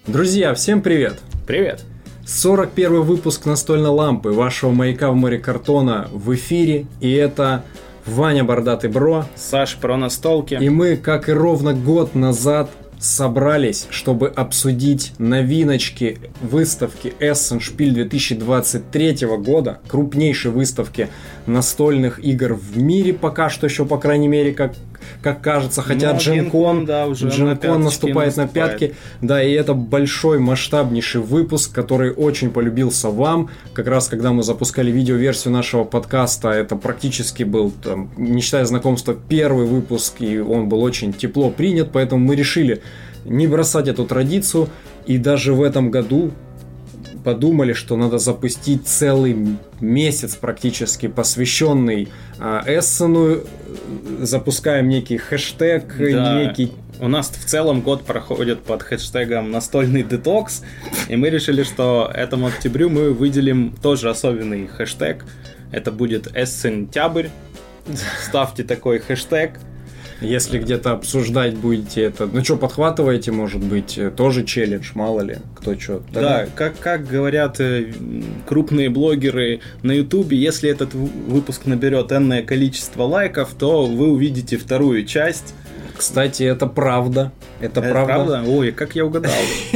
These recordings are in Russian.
Друзья, всем привет! Привет! 41 выпуск настольной лампы вашего маяка в море картона в эфире. И это Ваня Бордатый Бро. Саш про настолки. И мы, как и ровно год назад, собрались, чтобы обсудить новиночки выставки Essen Spiel 2023 года. Крупнейшей выставки настольных игр в мире пока что еще, по крайней мере, как кажется, хотя Gen-Con наступает на пятки. Да, и это большой, масштабнейший выпуск, который очень полюбился вам. Как раз, когда мы запускали видеоверсию нашего подкаста, это практически был, там, не считая знакомства, первый выпуск, и он был очень тепло принят, поэтому мы решили не бросать эту традицию, и даже в этом году подумали, что надо запустить целый месяц практически посвященный Эссену. Запускаем некий хэштег, некий... У нас в целом год проходит под хэштегом «Настольный детокс», и мы решили, что этому октябрю мы выделим тоже особенный хэштег. Это будет «Эссентябрь». Ставьте такой хэштег. Если где-то обсуждать будете это... Ну что, подхватываете, может быть, тоже челлендж, мало ли, кто что. Да, как говорят крупные блогеры на Ютубе, если этот выпуск наберет энное количество лайков, то вы увидите вторую часть. Кстати, это правда. Это правда? Ой, как я угадал.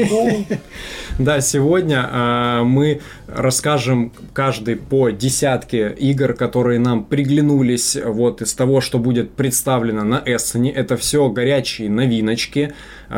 Да, сегодня мы расскажем каждый по десятке игр, которые нам приглянулись вот из того, что будет представлено на Эссене. Это все горячие новиночки,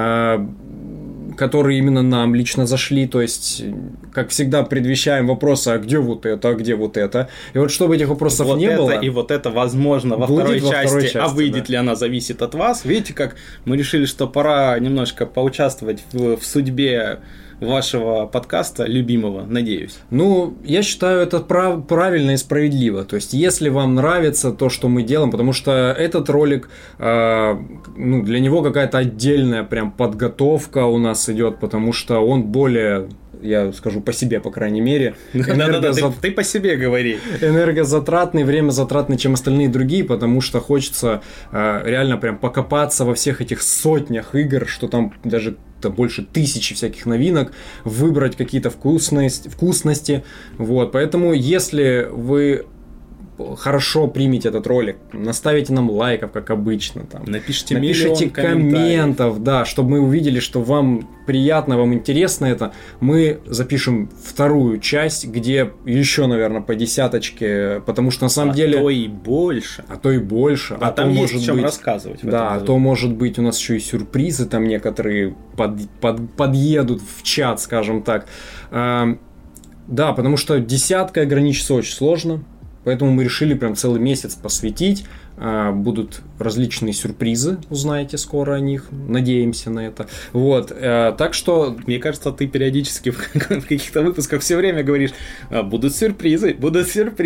которые именно нам лично зашли. То есть, как всегда, предвещаем вопросы, а где вот это, а где вот это. И вот чтобы этих вопросов вот не это, было... И вот это, возможно, во второй части, а выйдет ли она, зависит от вас. Видите, как мы решили, что пора немножко поучаствовать в судьбе вашего подкаста любимого, надеюсь. Ну, я считаю, это правильно и справедливо. То есть, если вам нравится то, что мы делаем, потому что этот ролик, для него какая-то отдельная прям подготовка у нас идет, потому что он более... Я скажу по себе, по крайней мере. Ты по себе говори. Энергозатратный, времязатратный, чем остальные другие, потому что хочется реально прям покопаться во всех этих сотнях игр, что там даже больше 1000 всяких новинок, выбрать какие-то вкусности. Вот. Поэтому, если вы хорошо примите этот ролик, наставите нам лайков, как обычно, там, напишите комментов, да, чтобы мы увидели, что вам приятно, вам интересно это, мы запишем вторую часть, где еще, наверное, по десяточке, потому что на самом деле... А то и больше. А там есть о чем рассказывать. Да, а то, может быть, у нас еще и сюрпризы там некоторые подъедут в чат, скажем так. Да, потому что десяткой ограничиться очень сложно. Поэтому мы решили прям целый месяц посвятить. Будут различные сюрпризы, узнаете скоро о них. Надеемся на это. Вот. Так что... Мне кажется, ты периодически в каких-то выпусках все время говоришь: будут сюрпризы. Будут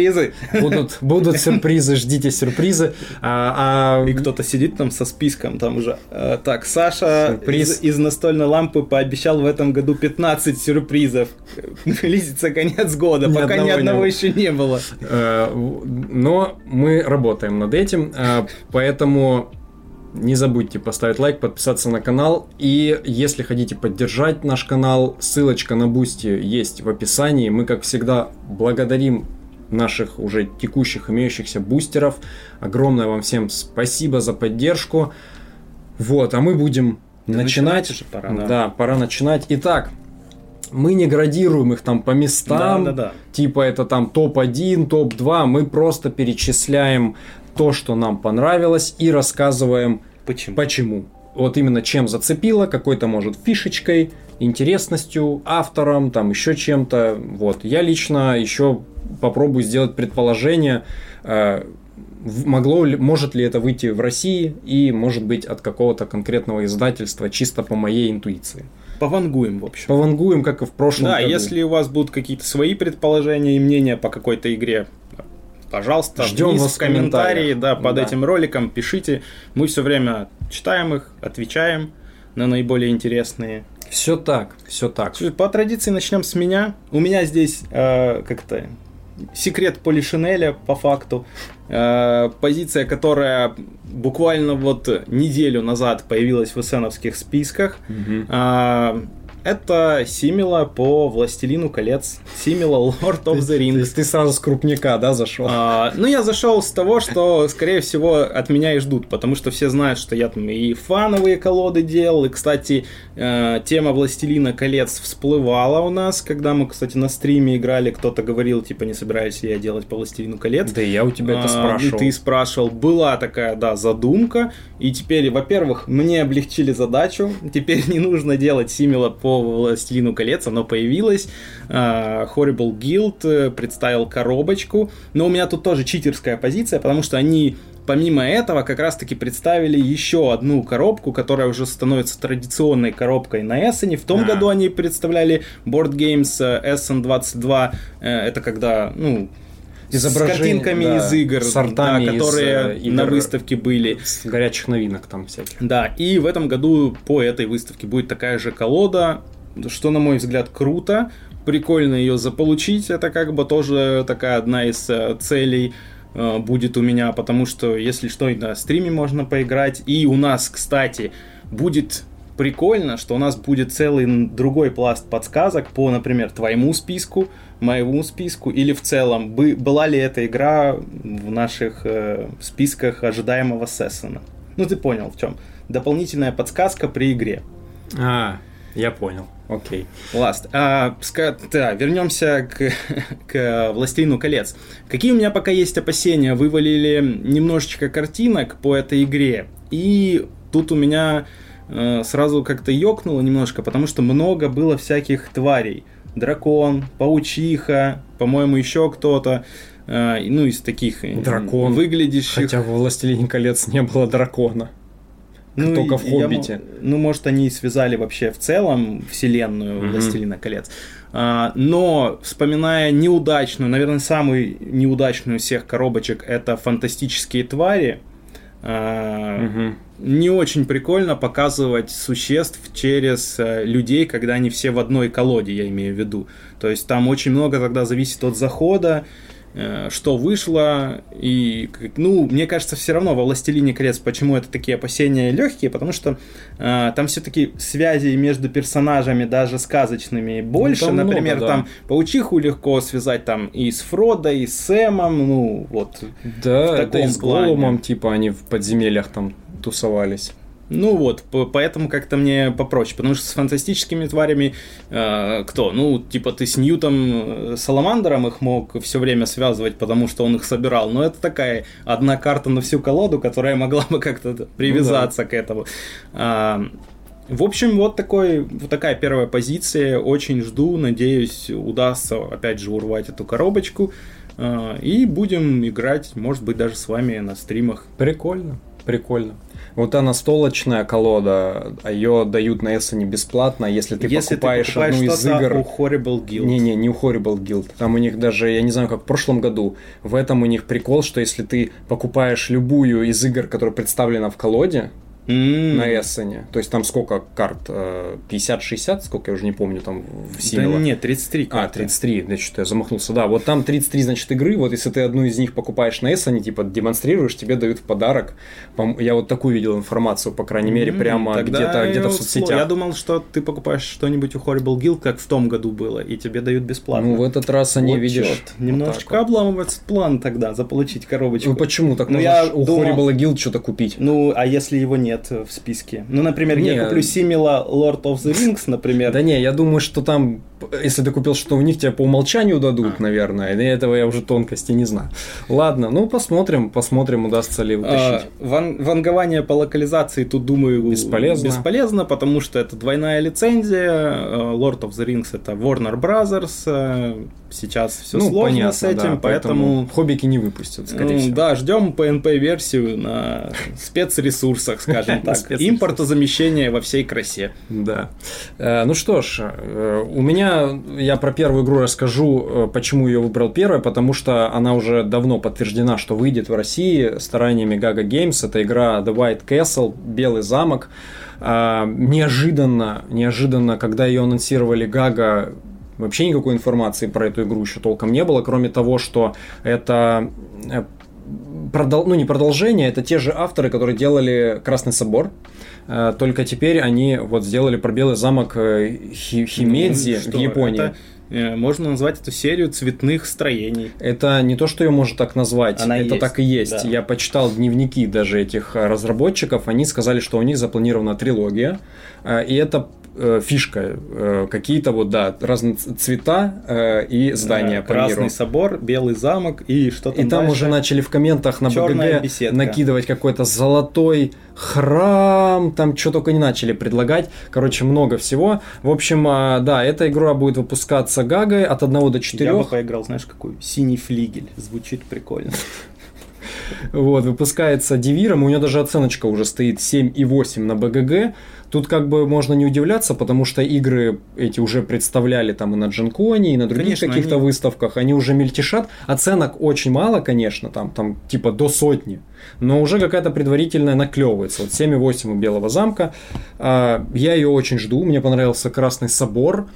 сюрпризы, ждите сюрпризы. И кто-то сидит там со списком, там уже. Так, Саша из настольной лампы пообещал в этом году 15 сюрпризов. Близится конец года, пока ни одного еще не было. Но мы работаем над этим. Поэтому не забудьте поставить лайк, подписаться на канал. И если хотите поддержать наш канал, ссылочка на Boosty есть в описании. Мы, как всегда, благодарим наших уже текущих имеющихся бустеров. Огромное вам всем спасибо за поддержку. Вот, а мы будем начинать. Уже пора, да. Да, пора начинать. Итак, мы не градируем их там по местам, да. Типа это там топ-1, топ-2. Мы просто перечисляем то, что нам понравилось, и рассказываем почему. Вот именно чем зацепило, какой-то, может, фишечкой, интересностью, автором, там еще чем-то. Вот. Я лично еще попробую сделать предположение, может ли это выйти в России и, может быть, от какого-то конкретного издательства, чисто по моей интуиции. Повангуем, в общем. Повангуем, как и в прошлом году. Да, если у вас будут какие-то свои предположения и мнения по какой-то игре, пожалуйста, ждем вас в комментарии, под этим роликом пишите. Мы все время читаем их, отвечаем на наиболее интересные. Все так. По традиции начнем с меня. У меня здесь секрет Полишинеля, по факту. Позиция, которая буквально вот неделю назад появилась в эссеновских списках. это Симила по Властелину колец. Симила Lord of the Rings. Ты сразу с крупняка, да, зашел? Ну, я зашел с того, что, скорее всего, от меня и ждут, потому что все знают, что я там и фановые колоды делал, и, кстати, тема Властелина колец всплывала у нас, когда мы, кстати, на стриме играли, кто-то говорил, типа, не собираюсь я делать по Властелину колец. Да я у тебя это спрашивал. И ты спрашивал. Была такая, да, задумка, и теперь, во-первых, мне облегчили задачу, теперь не нужно делать Симила по Властелину колец, оно появилось, Horrible Guild представил коробочку, но у меня тут тоже читерская позиция, потому что они помимо этого как раз-таки представили еще одну коробку, которая уже становится традиционной коробкой на Essen. В том году они представляли Board Games Essen 22, это когда, ну, с картинками из игр, да, которые из, на выставке были. С горячих новинок там всяких. Да, и в этом году по этой выставке будет такая же колода, что, на мой взгляд, круто. Прикольно ее заполучить, это как бы тоже такая одна из целей будет у меня, потому что, если что, и на стриме можно поиграть. И у нас, кстати, будет прикольно, что у нас будет целый другой пласт подсказок по, например, твоему списку, моему списку, или в целом, была ли эта игра в наших списках ожидаемого сессона. Ну, ты понял, в чем. Дополнительная подсказка при игре. Я понял. Окей. Ласт. Вернемся к «Властелину колец». Какие у меня пока есть опасения? Вывалили немножечко картинок по этой игре, и тут у меня сразу как-то ёкнуло немножко, потому что много было всяких тварей. Дракон, паучиха, по-моему, еще кто-то. Ну, из таких дракон, выглядящих... Хотя в «Властелине колец» не было дракона. Ну, только в «Хоббите». Может, они связали вообще в целом вселенную «Властелина колец». Но, вспоминая неудачную, наверное, самую неудачную из всех коробочек, это «Фантастические твари». Не очень прикольно показывать существ через людей, когда они все в одной колоде, я имею в виду. То есть там очень много тогда зависит от захода, что вышло, и, ну, мне кажется, все равно во «Властелине колец», почему это такие опасения легкие, потому что там все-таки связи между персонажами, даже сказочными, больше, ну, например, много, да. Там паучиху легко связать там и с Фродо, и с Сэмом, ну, вот, да, в таком и с Голлумом, типа, они в подземельях там тусовались. Ну вот, поэтому как-то мне попроще, потому что с фантастическими тварями кто? Ну, типа ты с Ньютом Саламандером их мог все время связывать, потому что он их собирал, но это такая одна карта на всю колоду, которая могла бы как-то привязаться к этому. В общем, вот такая первая позиция, очень жду, надеюсь, удастся опять же урвать эту коробочку, и будем играть, может быть, даже с вами на стримах. Прикольно. Вот та настолочная колода, ее дают на Эссене бесплатно, если ты покупаешь одну из игр. У Horrible Guild. Не у Horrible Guild. Там у них даже, я не знаю, как в прошлом году, в этом у них прикол, что если ты покупаешь любую из игр, которая представлена в колоде, на Эссене. То есть там сколько карт? 50-60? Сколько, я уже не помню, там в Симила. Да нет, 33 карты. 33, да что-то я замахнулся. Да, вот там 33, значит, игры. Вот если ты одну из них покупаешь на Эссене, типа демонстрируешь, тебе дают в подарок. Я вот такую видел информацию, по крайней мере, прямо где-то в соцсетях. Я думал, что ты покупаешь что-нибудь у Horrible Guild, как в том году было, и тебе дают бесплатно. Ну, в этот раз они, вот видишь... Немножечко обламывается план тогда, заполучить коробочку. Ну, почему? Так можно у Horrible Guild что-то купить. Ну, а если его нет в списке? Ну, например, я куплю Симила Lord of the Rings, например. Да не, я думаю, что там, если ты купил что у них, тебе по умолчанию дадут, наверное. И этого я уже тонкости не знаю. Ладно, ну посмотрим, удастся ли вытащить. Вангование по локализации тут, думаю, бесполезно, потому что это двойная лицензия. Lord of the Rings это Warner Brothers. Сейчас все сложно понятно, с этим, да, поэтому хоббики не выпустят, скорее всего. Да, ждем PNP-версию на спецресурсах, скажем так. Импортозамещение во всей красе. Да. Ну что ж, у меня, я про первую игру расскажу, почему ее выбрал первой, потому что она уже давно подтверждена, что выйдет в России стараниями Gaga Games. Это игра The White Castle, Белый замок. Неожиданно, когда ее анонсировали Gaga, вообще никакой информации про эту игру еще толком не было, кроме того, что это не продолжение, это те же авторы, которые делали «Красный собор», только теперь они вот сделали про Белый замок Химедзи в Японии. Можно назвать эту серию цветных строений. Это не то, что ее можно так назвать, она это есть. Так и есть. Да. Я почитал дневники даже этих разработчиков, они сказали, что у них запланирована трилогия, и это фишка, какие-то вот, да, разные цвета и здания по миру. Красный собор, Белый замок и что там И там дальше? уже начали в комментах на Черная БГГ беседка. накидывать какой-то золотой храм, там что только не начали предлагать. Короче, много всего. В общем, да, эта игра будет выпускаться Гагой от 1 до 4. Я бы поиграл, знаешь, какой? Синий флигель. Звучит прикольно. Вот, выпускается Девиром, у него даже оценочка уже стоит 7,8 на БГГ. Тут как бы можно не удивляться, потому что игры эти уже представляли там и на Дженконе, и на других каких-то выставках, они уже мельтешат. Оценок очень мало, конечно, там типа до 100, но уже какая-то предварительная наклевывается. Вот 7,8 у Белого замка. Я ее очень жду, мне понравился Красный собор.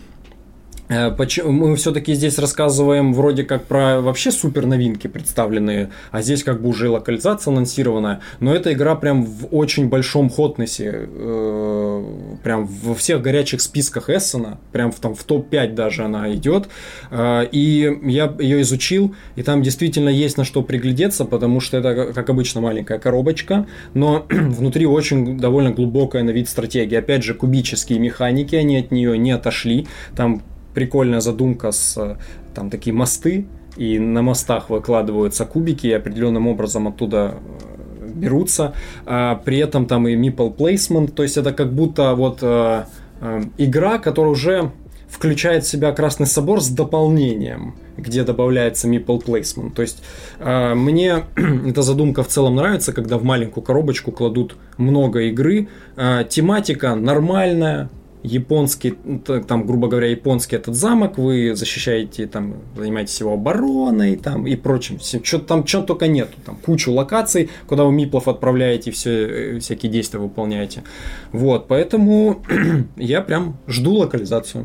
Мы все-таки здесь рассказываем вроде как про вообще супер новинки представленные, а здесь как бы уже локализация анонсированная, но эта игра прям в очень большом хотнесе, прям во всех горячих списках Эссена, прям в топ-5 даже она идет, и я ее изучил, и там действительно есть на что приглядеться, потому что это, как обычно, маленькая коробочка, но внутри очень довольно глубокая на вид стратегия, опять же, кубические механики, они от нее не отошли, там прикольная задумка с там такие мосты, и на мостах выкладываются кубики, и определенным образом оттуда берутся. При этом там и meeple placement, то есть это как будто вот игра, которая уже включает в себя Красный собор с дополнением, где добавляется meeple placement. То есть мне эта задумка в целом нравится, когда в маленькую коробочку кладут много игры. Тематика нормальная, японский, там, грубо говоря, японский этот замок, вы защищаете, там, занимаетесь его обороной, там, и прочим, там чего только нету, там, кучу локаций, куда вы миплов отправляете, всякие действия выполняете, вот, поэтому я прям жду локализацию.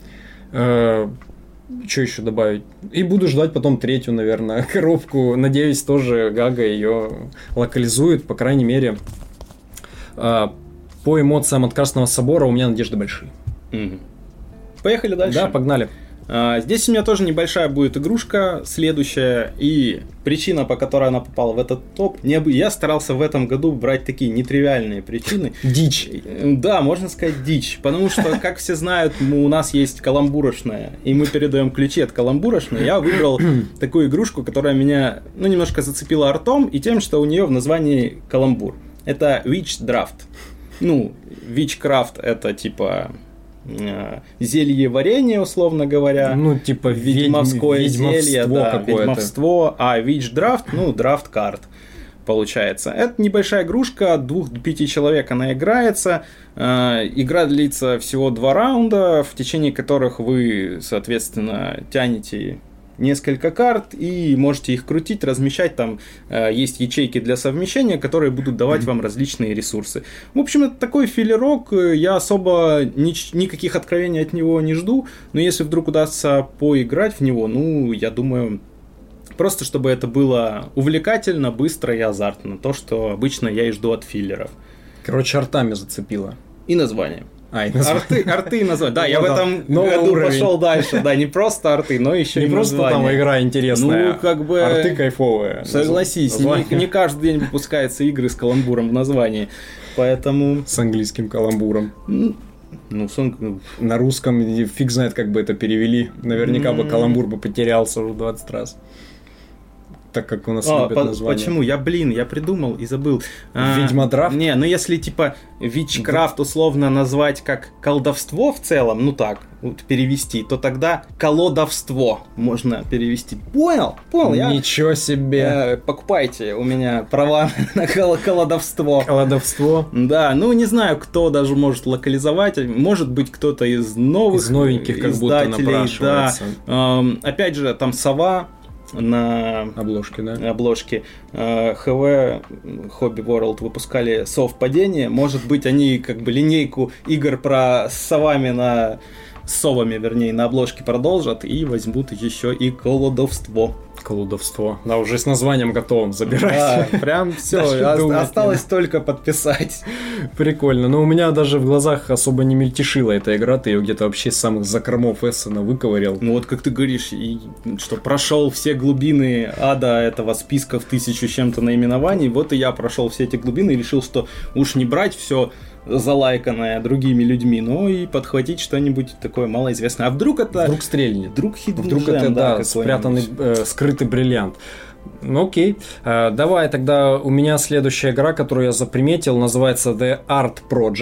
Что еще добавить? И буду ждать потом третью, наверное, коробку, надеюсь, тоже Гага ее локализует, по крайней мере, по эмоциям от Красного собора у меня надежды большие. Поехали дальше. Да, погнали. Здесь у меня тоже небольшая будет игрушка, следующая, и причина, по которой она попала в этот топ, я старался в этом году брать такие нетривиальные причины. Дичь. Да, можно сказать дичь, потому что, как все знают, у нас есть каламбурошная, и мы передаем ключи от каламбурошной. Я выбрал такую игрушку, которая меня, немножко зацепила артом, и тем, что у нее в названии каламбур. Это Witchcraft. Witchcraft это типа зелье варенье, условно говоря. Типа ведьмовское зелье, да, какое-то. Ведьмовство, а Witchcraft, драфт карт получается. Это небольшая игрушка, от 2 до 5 человек она играется. Игра длится всего 2 раунда, в течение которых вы, соответственно, тянете несколько карт и можете их крутить, размещать. Там есть ячейки для совмещения, которые будут давать вам различные ресурсы. В общем, это такой филлерок. Я особо никаких откровений от него не жду, но если вдруг удастся поиграть в него, я думаю, просто чтобы это было увлекательно, быстро и азартно. То, что обычно я и жду от филлеров. Короче, артами зацепило. И название. Арты и название. Да, я в этом году пошел дальше. Да, не просто арты, но еще и не просто там игра интересная, арты кайфовые. Согласись, не каждый день выпускаются игры с каламбуром в названии, поэтому... С английским каламбуром. На русском фиг знает, как бы это перевели. Наверняка бы каламбур бы потерялся уже 20 раз. Так как у нас любят название. Почему? Я придумал и забыл. Ведьмодрафт? Не, если типа Witchcraft условно назвать как колдовство в целом, перевести, то тогда колодовство можно перевести. Понял? Ничего себе! Покупайте у меня права на колодовство. Колодовство? Да, не знаю, кто даже может локализовать. Может быть, кто-то из новеньких как будто напрашивается. Да. Опять же, там сова на обложке, да? ХВ Hobby World выпускали совпадение. Может быть, они как бы линейку игр про с совами на с совами, вернее, на обложке продолжат и возьмут еще и колдовство. Колдовство. Да, уже с названием готовым забирать. Да, прям все, осталось только подписать. Прикольно. Но у меня даже в глазах особо не мельтешила эта игра, ты ее где-то вообще с самых закромов Эссена выковырял. Ну вот как ты говоришь, что прошел все глубины ада этого списка в 1000 с чем-то наименований, вот и я прошел все эти глубины и решил, что уж не брать все залайканное другими людьми, но и подхватить что-нибудь такое малоизвестное. А вдруг это... Вдруг стрельнет. Вдруг hidden Вдруг gem, это, да, спрятанный, скрытый бриллиант. Ну окей. Давай тогда у меня следующая игра, которую я заприметил, называется The Art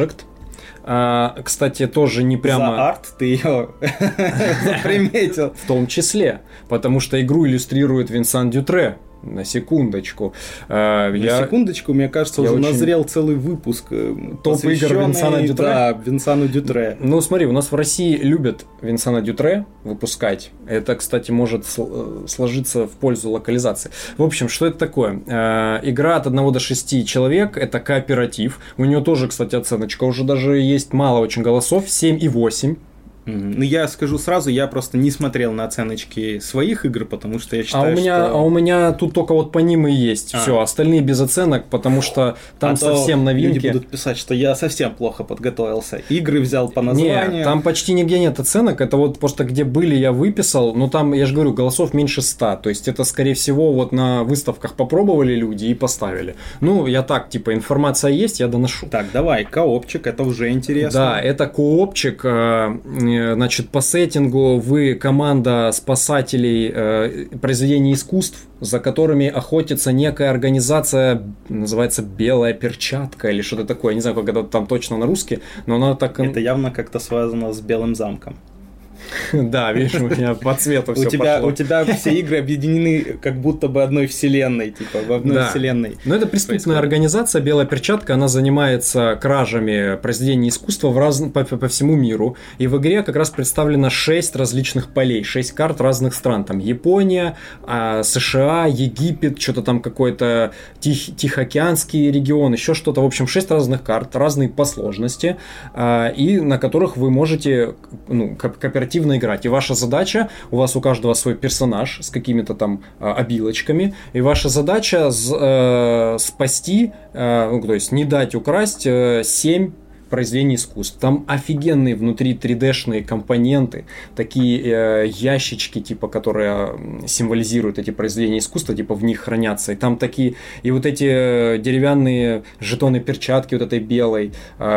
Project. Кстати, тоже не прямо... За арт ты ее заприметил. В том числе, потому что игру иллюстрирует Винсан Дютре. На секундочку. Секундочку, мне кажется, уже назрел целый выпуск топ-игр Винсана Дютре. Да, Винсану Дютре. Ну, смотри, у нас в России любят Винсана Дютре выпускать. Это, кстати, может сложиться в пользу локализации. В общем, что это такое? Игра от 1 до 6 человек, это кооператив. У нее тоже, кстати, оценочка. Уже даже есть мало очень голосов, 7,8. Ну, я скажу сразу, я просто не смотрел на оценочки своих игр, потому что я считаю, у меня тут только вот по ним и есть. Все, остальные без оценок, потому что там совсем новинки. Люди будут писать, что я совсем плохо подготовился. Игры взял по названию. Нет, там почти нигде нет оценок. Это вот просто где были, я выписал. Но там, я же говорю, голосов меньше 100. То есть это, скорее всего, вот на выставках попробовали люди и поставили. Ну, я так, типа, информация есть, я доношу. Так, давай, коопчик, это уже интересно. Да, это коопчик. Значит, по сеттингу вы команда спасателей произведений искусств, за которыми охотится некая организация, называется «Белая перчатка» или что-то такое. Я не знаю, как это там точно на русский, но она так... Это явно как-то связано с Белым замком. Да, видишь, у меня по цвету все пошло. У тебя все игры объединены как будто бы одной вселенной, типа в одной вселенной. Но это преступная организация «Белая перчатка», она занимается кражами произведений искусства по всему миру. И в игре как раз представлено 6 различных полей, 6 карт разных стран. Там Япония, США, Египет, что-то там какой-то Тихоокеанский регион, еще что-то. В общем, 6 разных карт, разные по сложности, и на которых вы можете кооперативно играть. И ваша задача, у вас у каждого свой персонаж с какими-то там обилочками, и ваша задача спасти, то есть не дать украсть 7 произведений искусств. Там офигенные внутри 3D-шные компоненты, такие ящички, типа, которые символизируют эти произведения искусства, типа в них хранятся. И там такие, и вот эти деревянные жетоны перчатки вот этой белой,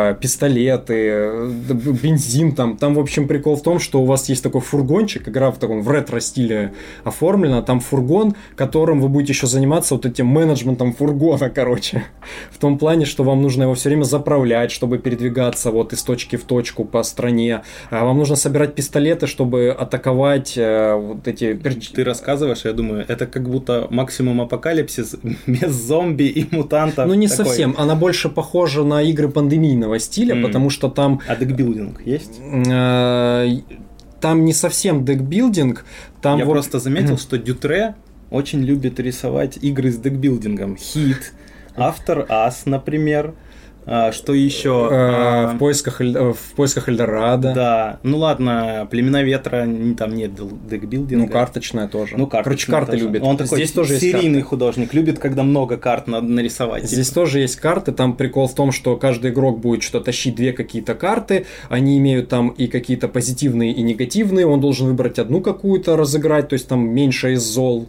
пистолеты, бензин там. Там, в общем, прикол в том, что у вас есть такой фургончик, игра в таком в ретро-стиле оформлена, там фургон, которым вы будете еще заниматься вот этим менеджментом фургона, короче. В том плане, что вам нужно его все время заправлять, чтобы передвигаться вот из точки в точку по стране. Вам нужно собирать пистолеты, чтобы атаковать вот эти... Ты рассказываешь, я думаю, это как будто максимум апокалипсис без зомби и мутантов. Ну, не такой. Совсем. Она больше похожа на игры пандемийного стиля, потому что там... А декбилдинг есть? Там не совсем декбилдинг. Там я просто заметил, что Дютре очень любит рисовать игры с декбилдингом. Хит, After Us, например. Что еще? В поисках Эльдорадо. Да. Ну ладно, Племена ветра, там нет декбилдинга. Ну, карточная тоже. Ну, короче, карты тоже. любит. Он такой здесь тоже серийный художник, любит, когда много карт надо нарисовать. Здесь тоже есть карты. Там прикол в том, что каждый игрок будет что-то тащить 2 какие-то карты. Они имеют там и какие-то позитивные, и негативные. Он должен выбрать одну какую-то разыграть, то есть там меньше из зол.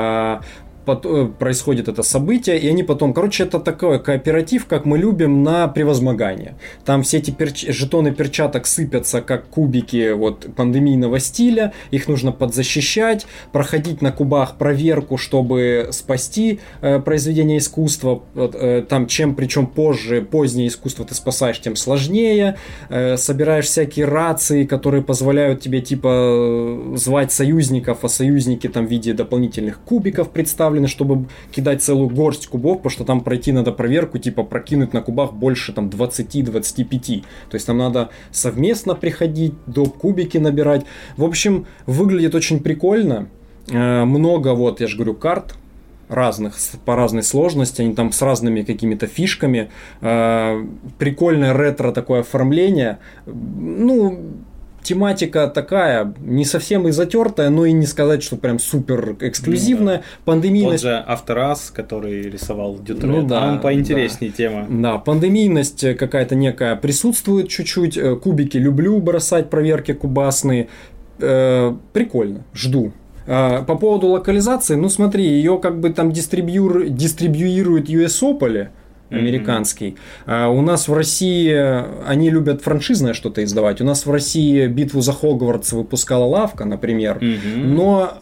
Происходит это событие, и они потом... Короче, это такой кооператив, как мы любим, на превозмогание. Там все эти жетоны перчаток сыпятся, как кубики вот пандемийного стиля. Их нужно подзащищать, проходить на кубах проверку, чтобы спасти произведение искусства. Там причем позднее искусство ты спасаешь, тем сложнее. Собираешь всякие рации, которые позволяют тебе, типа, звать союзников, а союзники там в виде дополнительных кубиков представлены, чтобы кидать целую горсть кубов, потому что там пройти надо проверку, типа прокинуть на кубах больше там 20-25. То есть там надо совместно приходить, доп. Кубики набирать. В общем, выглядит очень прикольно. Много, вот, я же говорю, карт разных, по разной сложности, они там с разными какими-то фишками. Прикольное ретро такое оформление. Ну, тематика такая, не совсем и затертая, но и не сказать, что прям супер эксклюзивная. Пандемийность... Тот же Авторас, который рисовал Дютре, Ну да, там поинтереснее тема. Да, пандемийность какая-то некая присутствует чуть-чуть. Кубики люблю бросать, проверки кубасные. Прикольно, жду. По поводу локализации, ну смотри, ее как бы там дистрибьюирует USopoly американский. У нас в России они любят франшизное что-то издавать. У нас в России битву за Хогвартс выпускала Лавка, например. Но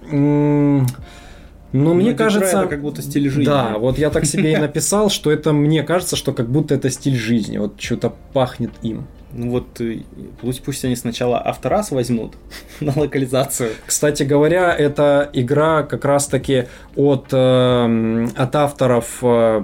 мне кажется... Это как будто стиль жизни. Да, вот я так себе и написал, что это мне кажется, что как будто это стиль жизни. Вот что-то пахнет им. Ну вот пусть они сначала Авторас возьмут на локализацию. Кстати говоря, эта игра как раз-таки от авторов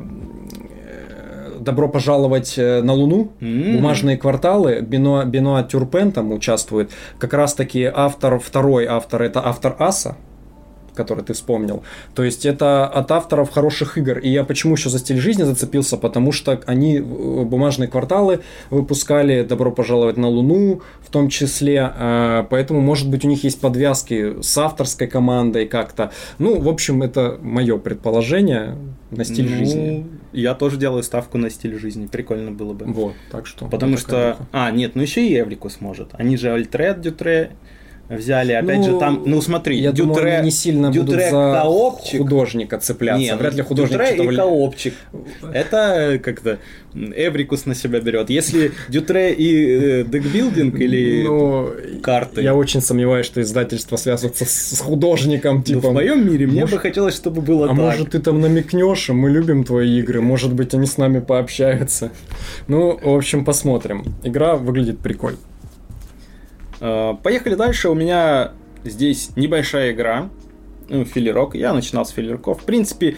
«Добро пожаловать на Луну», «Бумажные кварталы», Бенуа Тюрпен там участвует. Как раз-таки второй автор, это автор Аса, который ты вспомнил. То есть это от авторов хороших игр. И я почему еще за стиль жизни зацепился? Потому что они «Бумажные кварталы» выпускали, «Добро пожаловать на Луну» в том числе. Поэтому, может быть, у них есть подвязки с авторской командой как-то. Ну, в общем, это мое предположение на стиль жизни. Я тоже делаю ставку на стиль жизни. Прикольно было бы. Вот, так что... Потому что... Нет, ну еще и Эврикус может. Они же Альтред, Дютре взяли, опять же, там, смотри, я думаю, они не сильно будут за коопчик. Художника цепляться. Нет, вряд ли художник Дютре что-то... и коопчик. Это как-то Эврикус на себя берет. Если Дютре и декбилдинг или карты. Я очень сомневаюсь, что издательство связывается с художником. Типа, в моем мире мне бы хотелось, чтобы было так. Может, ты там намекнешь, мы любим твои игры, может быть, они с нами пообщаются. Ну, в общем, посмотрим. Игра выглядит прикольно. Поехали дальше. У меня здесь небольшая игра. Филлерок. Я начинал с филлерков. В принципе,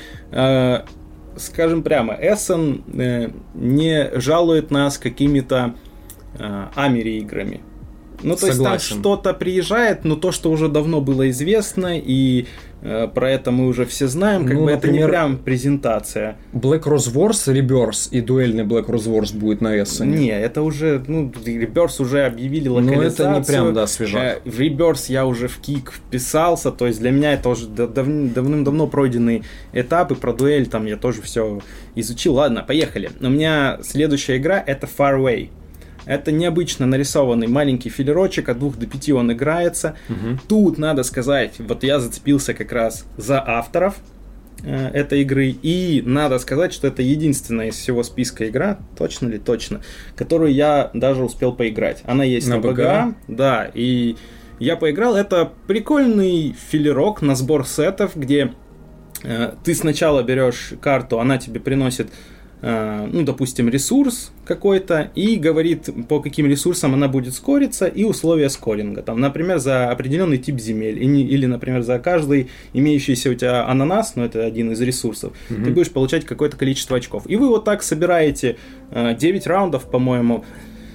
скажем прямо, Essen не жалует нас какими-то Амери-играми. Ну, то есть там что-то приезжает, но то, что уже давно было известно, и про это мы уже все знаем, как бы например, это не прям презентация. Black Rose Wars Rebirth и дуэльный Black Rose Wars будет на Essen. Не, это уже, Rebirth уже объявили локализацию. Но это не прям, да, свежак. В Rebirth я уже в кик вписался, то есть для меня это уже давным-давно пройденный этап, и про дуэль там я тоже все изучил. Ладно, поехали. У меня следующая игра это Far Away. Это необычно нарисованный маленький филлерочек, от 2 до 5 он играется. Тут надо сказать, вот я зацепился как раз за авторов этой игры, и надо сказать, что это единственная из всего списка игра, точно ли точно, которую я даже успел поиграть. Она есть на БГА, да, и я поиграл. Это прикольный филлерок на сбор сетов, где ты сначала берешь карту, она тебе приносит допустим, ресурс какой-то, и говорит, по каким ресурсам она будет скориться, и условия скоринга. Там, например, за определенный тип земель, или, например, за каждый имеющийся у тебя ананас, это один из ресурсов, ты будешь получать какое-то количество очков. И вы вот так собираете 9 раундов, по-моему,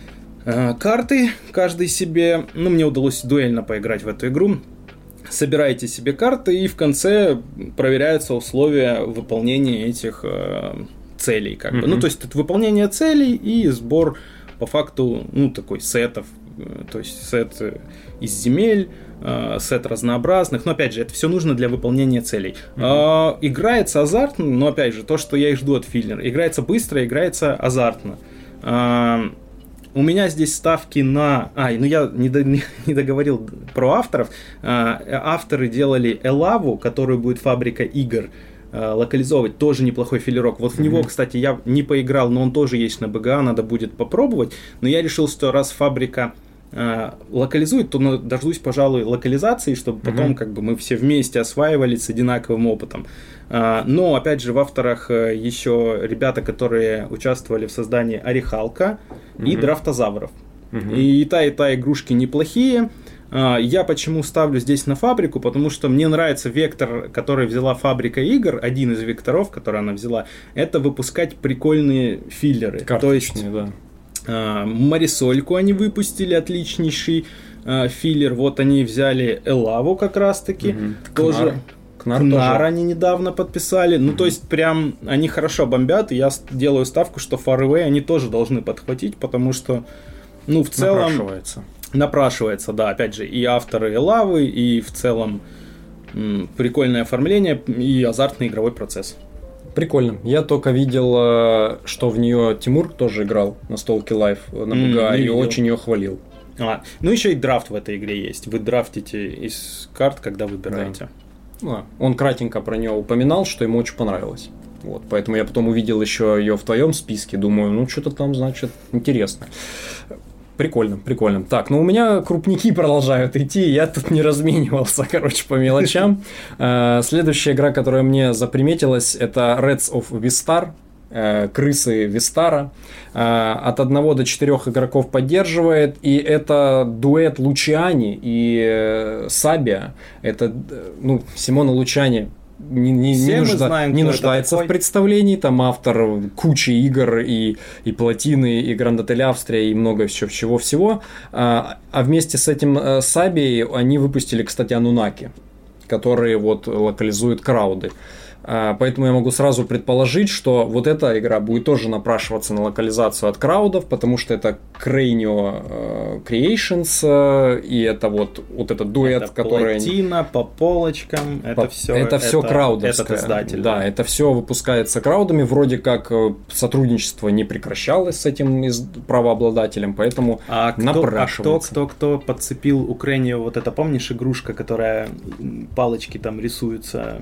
карты, каждый себе. Мне удалось дуэльно поиграть в эту игру. Собираете себе карты, и в конце проверяются условия выполнения этих целей, как бы. То есть это выполнение целей и сбор по факту, такой сетов, то есть сет из земель, сет разнообразных, но опять же, это все нужно для выполнения целей. Играется азартно, но опять же, то, что я и жду от филлера. Играется быстро, играется азартно. У меня здесь ставки на... я не договорил про авторов. Авторы делали Элаву, которую будет фабрика игр локализовывать, тоже неплохой филлерок. Вот в него, кстати, я не поиграл, но он тоже есть на БГА, надо будет попробовать. Но я решил, что раз фабрика локализует, то дождусь, пожалуй, локализации, чтобы потом как бы мы все вместе осваивались с одинаковым опытом. Но, опять же, в авторах еще ребята, которые участвовали в создании Орехалка и Драфтозавров. И та игрушки неплохие. Я почему ставлю здесь на фабрику? Потому что мне нравится вектор, который взяла фабрика игр, один из векторов, который она взяла, это выпускать прикольные филлеры. То есть, Марисольку они выпустили, отличнейший филлер. Вот они взяли Элаву как раз-таки. Тоже... Кнар они недавно подписали. То есть, прям они хорошо бомбят, и я делаю ставку, что Far Away они тоже должны подхватить, потому что, в целом... напрашивается, да, опять же, и авторы Лавы, и в целом прикольное оформление, и азартный игровой процесс. Прикольно. Я только видел, что в нее Тимур тоже играл на Stalker Life на БГА, и очень ее хвалил. Ну, еще и драфт в этой игре есть. Вы драфтите из карт, когда выбираете. Да. Он кратенько про нее упоминал, что ему очень понравилось. Вот, поэтому я потом увидел еще ее в твоем списке, думаю, ну, что-то там, значит, интересно. Прикольно, прикольно. Так, ну у меня крупники продолжают идти, я тут не разменивался, короче, по мелочам. Следующая игра, которая мне заприметилась, это Reds of Vistar. Крысы Вистара. От 1 до 4 игроков поддерживает. И это дуэт Лучиани и Сабия. Это, ну, Симона Лучани не нуждается в представлении. Там автор кучи игр и Платины, и Гранд Отель Австрия, и много всего. А вместе с этим Сабией они выпустили, кстати, Анунаки, которые вот локализуют крауды. Поэтому я могу сразу предположить, что вот эта игра будет тоже напрашиваться на локализацию от краудов, потому что это Cranio Creations, и это вот этот дуэт, это который... Платина, по полочкам, это все краудовское. Этот издатель. Да, это все выпускается краудами, вроде как сотрудничество не прекращалось с этим правообладателем, поэтому напрашивается. Кто подцепил у Cranio вот это, помнишь, игрушка, которая палочки там рисуются...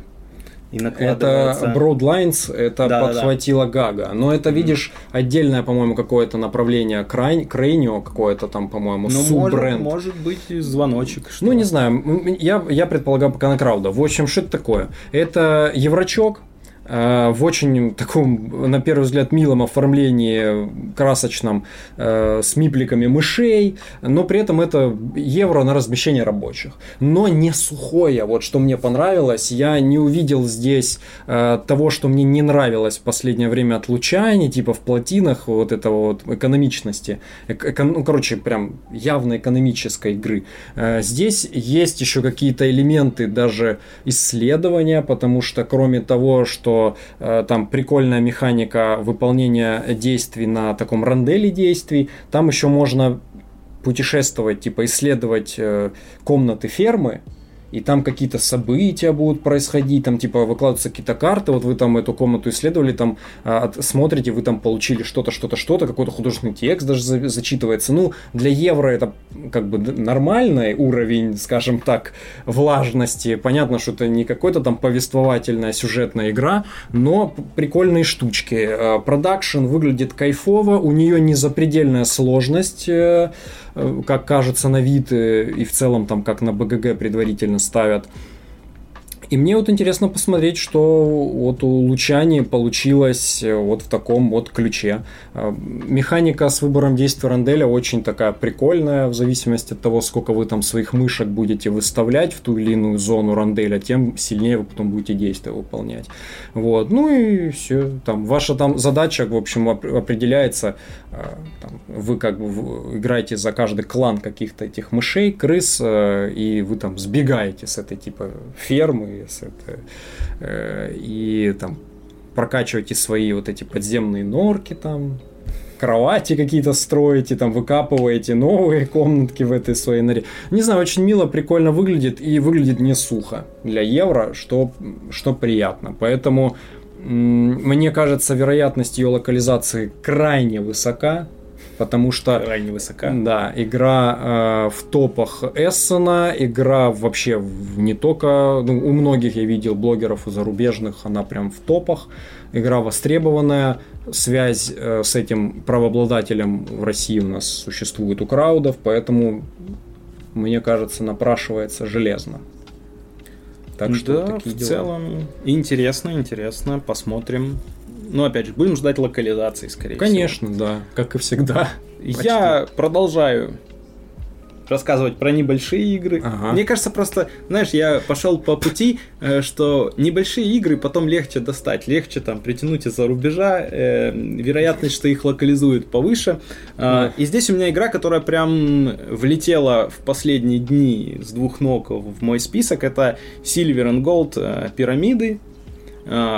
Это Broadlines, это подхватила Гага. Но это, видишь, отдельное, по-моему, какое-то направление Cranio, какое-то там, по-моему, суббренд. Может быть, звоночек. Ну, не знаю, я предполагаю пока на крауда. В общем, что это такое? Это еврочок, в очень таком, на первый взгляд, милом оформлении, красочном, с мипликами мышей, но при этом это евро на размещение рабочих. Но не сухое, вот что мне понравилось, я не увидел здесь того, что мне не нравилось в последнее время от Лучани, типа в Платинах, вот этого вот экономичности, ну, короче, прям явно экономической игры. Здесь есть еще какие-то элементы даже исследования, потому что кроме того, что там прикольная механика выполнения действий на таком ранделе действий, там еще можно путешествовать, типа исследовать комнаты фермы, и там какие-то события будут происходить, там типа выкладываются какие-то карты, вот вы там эту комнату исследовали, там смотрите, вы там получили что-то, какой-то художественный текст даже зачитывается. Ну, для евро это как бы нормальный уровень, скажем так, влажности. Понятно, что это не какой-то там повествовательная сюжетная игра, но прикольные штучки. Продакшн выглядит кайфово, у нее не запредельная сложность, как кажется на вид, и в целом там как на БГГ предварительно ставят. И мне вот интересно посмотреть, что вот у Лучани получилось вот в таком вот ключе. Механика с выбором действия ранделя очень такая прикольная, в зависимости от того, сколько вы там своих мышек будете выставлять в ту или иную зону ранделя, тем сильнее вы потом будете действия выполнять. Вот. Ну и все. Там, ваша там задача, в общем, определяется. Там, вы как бы играете за каждый клан каких-то этих мышей, крыс, и вы там сбегаете с этой типа фермы, и там прокачиваете свои вот эти подземные норки, там кровати какие-то строите, там выкапываете новые комнатки в этой своей норе. Не знаю, очень мило, прикольно выглядит, и выглядит не сухо для евро, что приятно. Поэтому мне кажется, вероятность ее локализации крайне высока. Потому что крайне высока. Да, игра в топах Эссена, игра вообще не только, ну, у многих я видел блогеров и зарубежных, она прям в топах. Игра востребованная, связь с этим правообладателем в России у нас существует у краудов, поэтому, мне кажется, напрашивается железно. Так что да, такие в дела. Целом интересно, посмотрим. Ну, опять же, будем ждать локализации, скорее всего. Конечно, да, как и всегда. Я продолжаю рассказывать про небольшие игры. Ага. Мне кажется, просто, знаешь, я пошел по пути, что небольшие игры потом легче достать, легче там притянуть из-за рубежа, вероятность, что их локализуют повыше. Да. И здесь у меня игра, которая прям влетела в последние дни с двух ног в мой список, это Silver and Gold Пирамиды.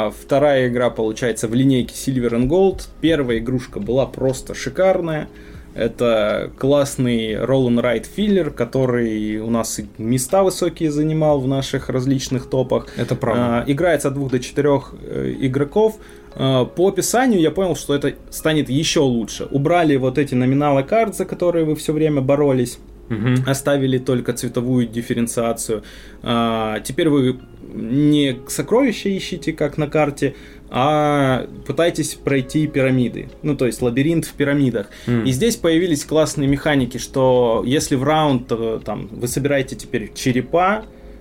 Вторая игра, получается, в линейке Silver and Gold. Первая игрушка была просто шикарная. Это классный roll-and-ride филлер, который у нас места высокие занимал в наших различных топах. Это правда. Играется от 2 до 4 игроков. По описанию я понял, что это станет еще лучше. Убрали вот эти номиналы карт, за которые вы все время боролись. Оставили только цветовую дифференциацию. Теперь вы не сокровища ищете, как на карте, а пытаетесь пройти пирамиды. Ну, то есть лабиринт в пирамидах. И здесь появились классные механики, что если в раунд там, вы собираете теперь черепа,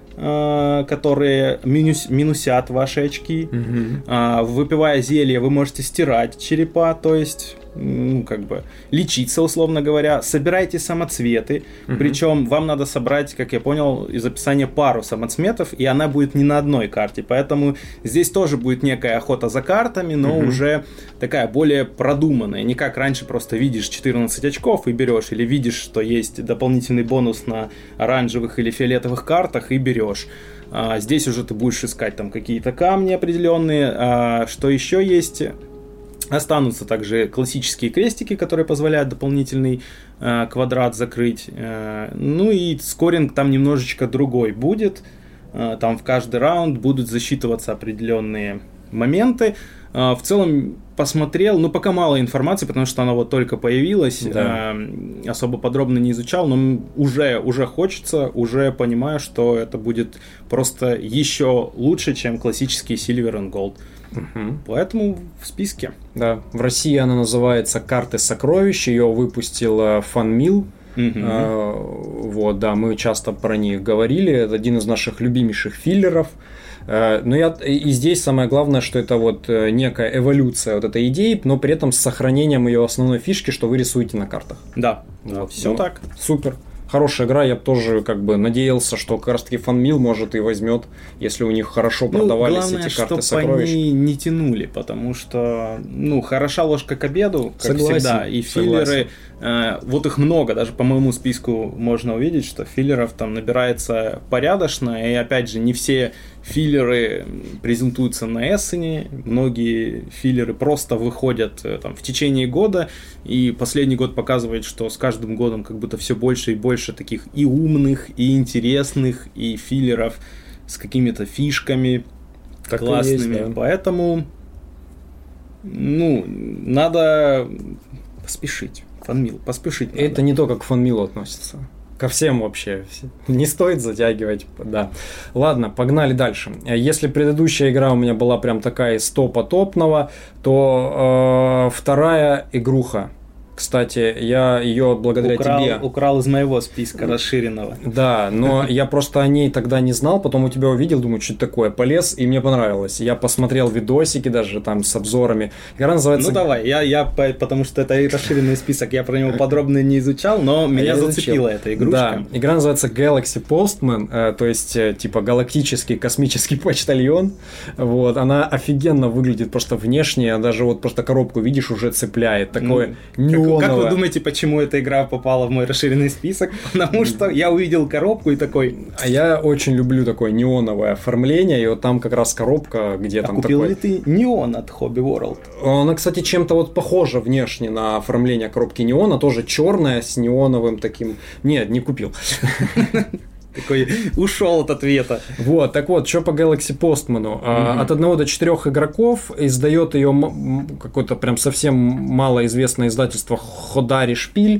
которые минусят ваши очки. Выпивая зелье, вы можете стирать черепа, то есть лечиться, условно говоря. Собирайте самоцветы, причем вам надо собрать, как я понял из описания, пару самоцветов, и она будет не на одной карте, поэтому здесь тоже будет некая охота за картами, но уже такая более продуманная, не как раньше просто видишь 14 очков и берешь, или видишь, что есть дополнительный бонус на оранжевых или фиолетовых картах и берешь. Здесь уже ты будешь искать там какие-то камни определенные. Что еще есть? Останутся также классические крестики, которые позволяют дополнительный квадрат закрыть. Ну и скоринг там немножечко другой будет. Там в каждый раунд будут засчитываться определенные моменты. В целом посмотрел, пока мало информации, потому что она вот только появилась, особо подробно не изучал, но уже хочется, уже понимаю, что это будет просто еще лучше, чем классический Silver and Gold. Поэтому в списке. Да, в России она называется «Карты сокровищ», ее выпустил FunMill. Вот, да, мы часто про них говорили, это один из наших любимейших филлеров. Но и здесь самое главное, что это вот некая эволюция вот этой идеи, но при этом с сохранением ее основной фишки, что вы рисуете на картах. Да, вот, все так. Супер. Хорошая игра, я бы тоже надеялся, что как раз таки FunMill может и возьмет, если у них хорошо продавались главное, эти карты чтобы сокровищ. Они не тянули, потому что, хороша ложка к обеду, как согласен, всегда, и филлеры, вот их много, даже по моему списку можно увидеть, что филлеров там набирается порядочно, и опять же, не все филлеры презентуются на Эссене, многие филлеры просто выходят там в течение года, и последний год показывает, что с каждым годом как будто все больше и больше таких и умных, и интересных, и филлеров с какими-то фишками так классными, есть, да. Поэтому надо поспешить. FunMill, поспешить надо. Это не то, как к FunMill относится. Ко всем вообще. Не стоит затягивать. Да. Ладно, погнали дальше. Если предыдущая игра у меня была прям такая из топа топного, то вторая игруха. Кстати, я ее благодаря тебе... Украл из моего списка расширенного. Да, но я просто о ней тогда не знал, потом у тебя увидел, думаю, что это такое, полез, и мне понравилось. Я посмотрел видосики даже там с обзорами. Игра называется... давай, я потому что это расширенный список, я про него подробно не изучал, но меня зацепила эта игрушка. Да, игра называется Galaxy Postman, то есть типа галактический космический почтальон. Вот, она офигенно выглядит просто внешне, даже вот просто коробку видишь, уже цепляет. Такое неоновое. Как вы думаете, почему эта игра попала в мой расширенный список? Потому что я увидел коробку и такой... А я очень люблю такое неоновое оформление, и вот там как раз коробка, где там купил такой... ли ты неон от Hobby World? Она, кстати, чем-то вот похожа внешне на оформление коробки неона, тоже черная с неоновым таким... Нет, не купил. Такой ушел от ответа. Вот, так вот, что по Galaxy Postman. От 1 до 4 игроков издает ее какое-то прям совсем малоизвестное издательство Ходari Шпиль.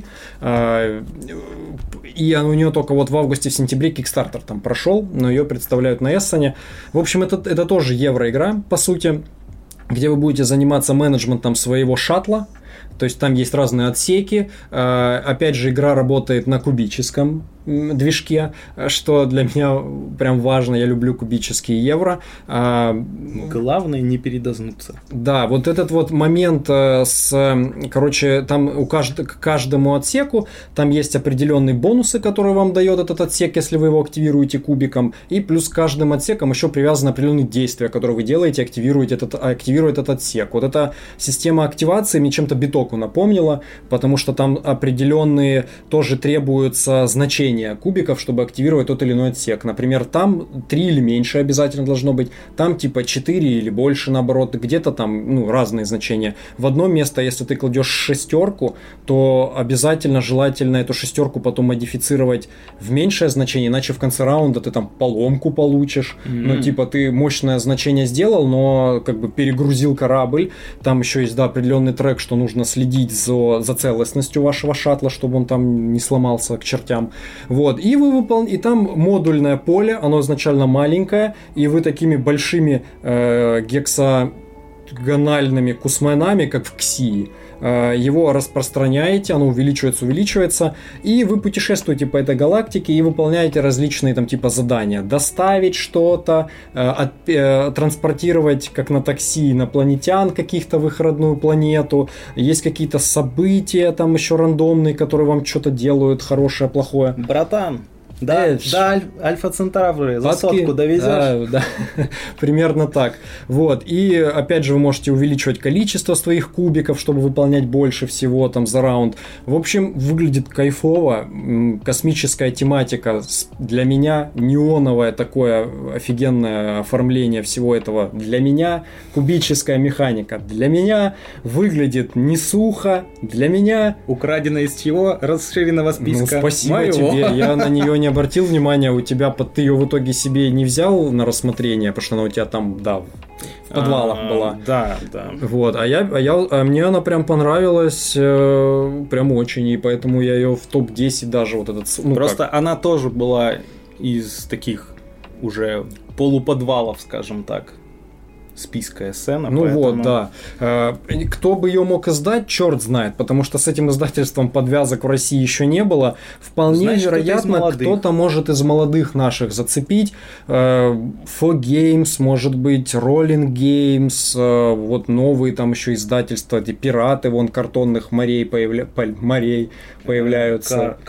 И у нее только вот в августе-сентябре Kickstarter там прошел, но ее представляют на Эссене. В общем, это тоже евроигра, по сути, где вы будете заниматься менеджментом своего шаттла. То есть там есть разные отсеки. Опять же, игра работает на кубическом движке, что для меня прям важно. Я люблю кубические евро. Главное не передознуться. Да, вот этот вот момент короче, там к каждому отсеку там есть определенные бонусы, которые вам дает этот отсек, если вы его активируете кубиком. И плюс к каждым отсекам еще привязаны определенные действия, которые вы делаете, активирует этот отсек. Вот эта система активации мне чем-то битоку напомнила, потому что там определенные тоже требуются значения значение кубиков, чтобы активировать тот или иной отсек. Например, там 3 или меньше обязательно должно быть, там типа 4 или больше, наоборот, где-то там, ну, разные значения. В одно место, если ты кладешь шестерку, то обязательно желательно эту шестерку потом модифицировать в меньшее значение, иначе в конце раунда ты там поломку получишь. Ну, типа, ты мощное значение сделал, но как бы перегрузил корабль. Там еще есть, да, определенный трек, что нужно следить за целостностью вашего шаттла, чтобы он там не сломался к чертям. Вот. И вы и там модульное поле, оно изначально маленькое, и вы такими большими гексагональными кусманами, как в Ксии, его распространяете, оно увеличивается, и вы путешествуете по этой галактике и выполняете различные там типа задания. Доставить что-то, транспортировать, как на такси, инопланетян каких-то в их родную планету. Есть какие-то события там еще рандомные, которые вам что-то делают, хорошее, плохое. Братан, да, Альфа Центавры, за сотку довезешь? Да, примерно так. Вот, и опять же вы можете увеличивать количество своих кубиков, чтобы выполнять больше всего там за раунд. В общем, выглядит кайфово, космическая тематика, для меня неоновое такое офигенное оформление всего этого, для меня кубическая механика, для меня выглядит не сухо, для меня... Украдено из чего? Расширенного списка. Ну, спасибо тебе, я на нее не обратил внимания, у тебя ты ее в итоге себе не взял на рассмотрение, потому что она у тебя там, да, в подвалах была. Да. Вот, мне она прям понравилась, прям очень, и поэтому я ее в топ-10 даже вот этот... Ну, просто как? она тоже была из таких уже полуподвалов, скажем так, списка сцена. Ну поэтому... вот, да. Кто бы ее мог издать, черт знает, потому что с этим издательством подвязок в России еще не было. Вполне вероятно, кто-то может из молодых наших зацепить. For Games, может быть, Rolling Games, вот новые там еще издательства, эти пираты, вон картонных морей появляются.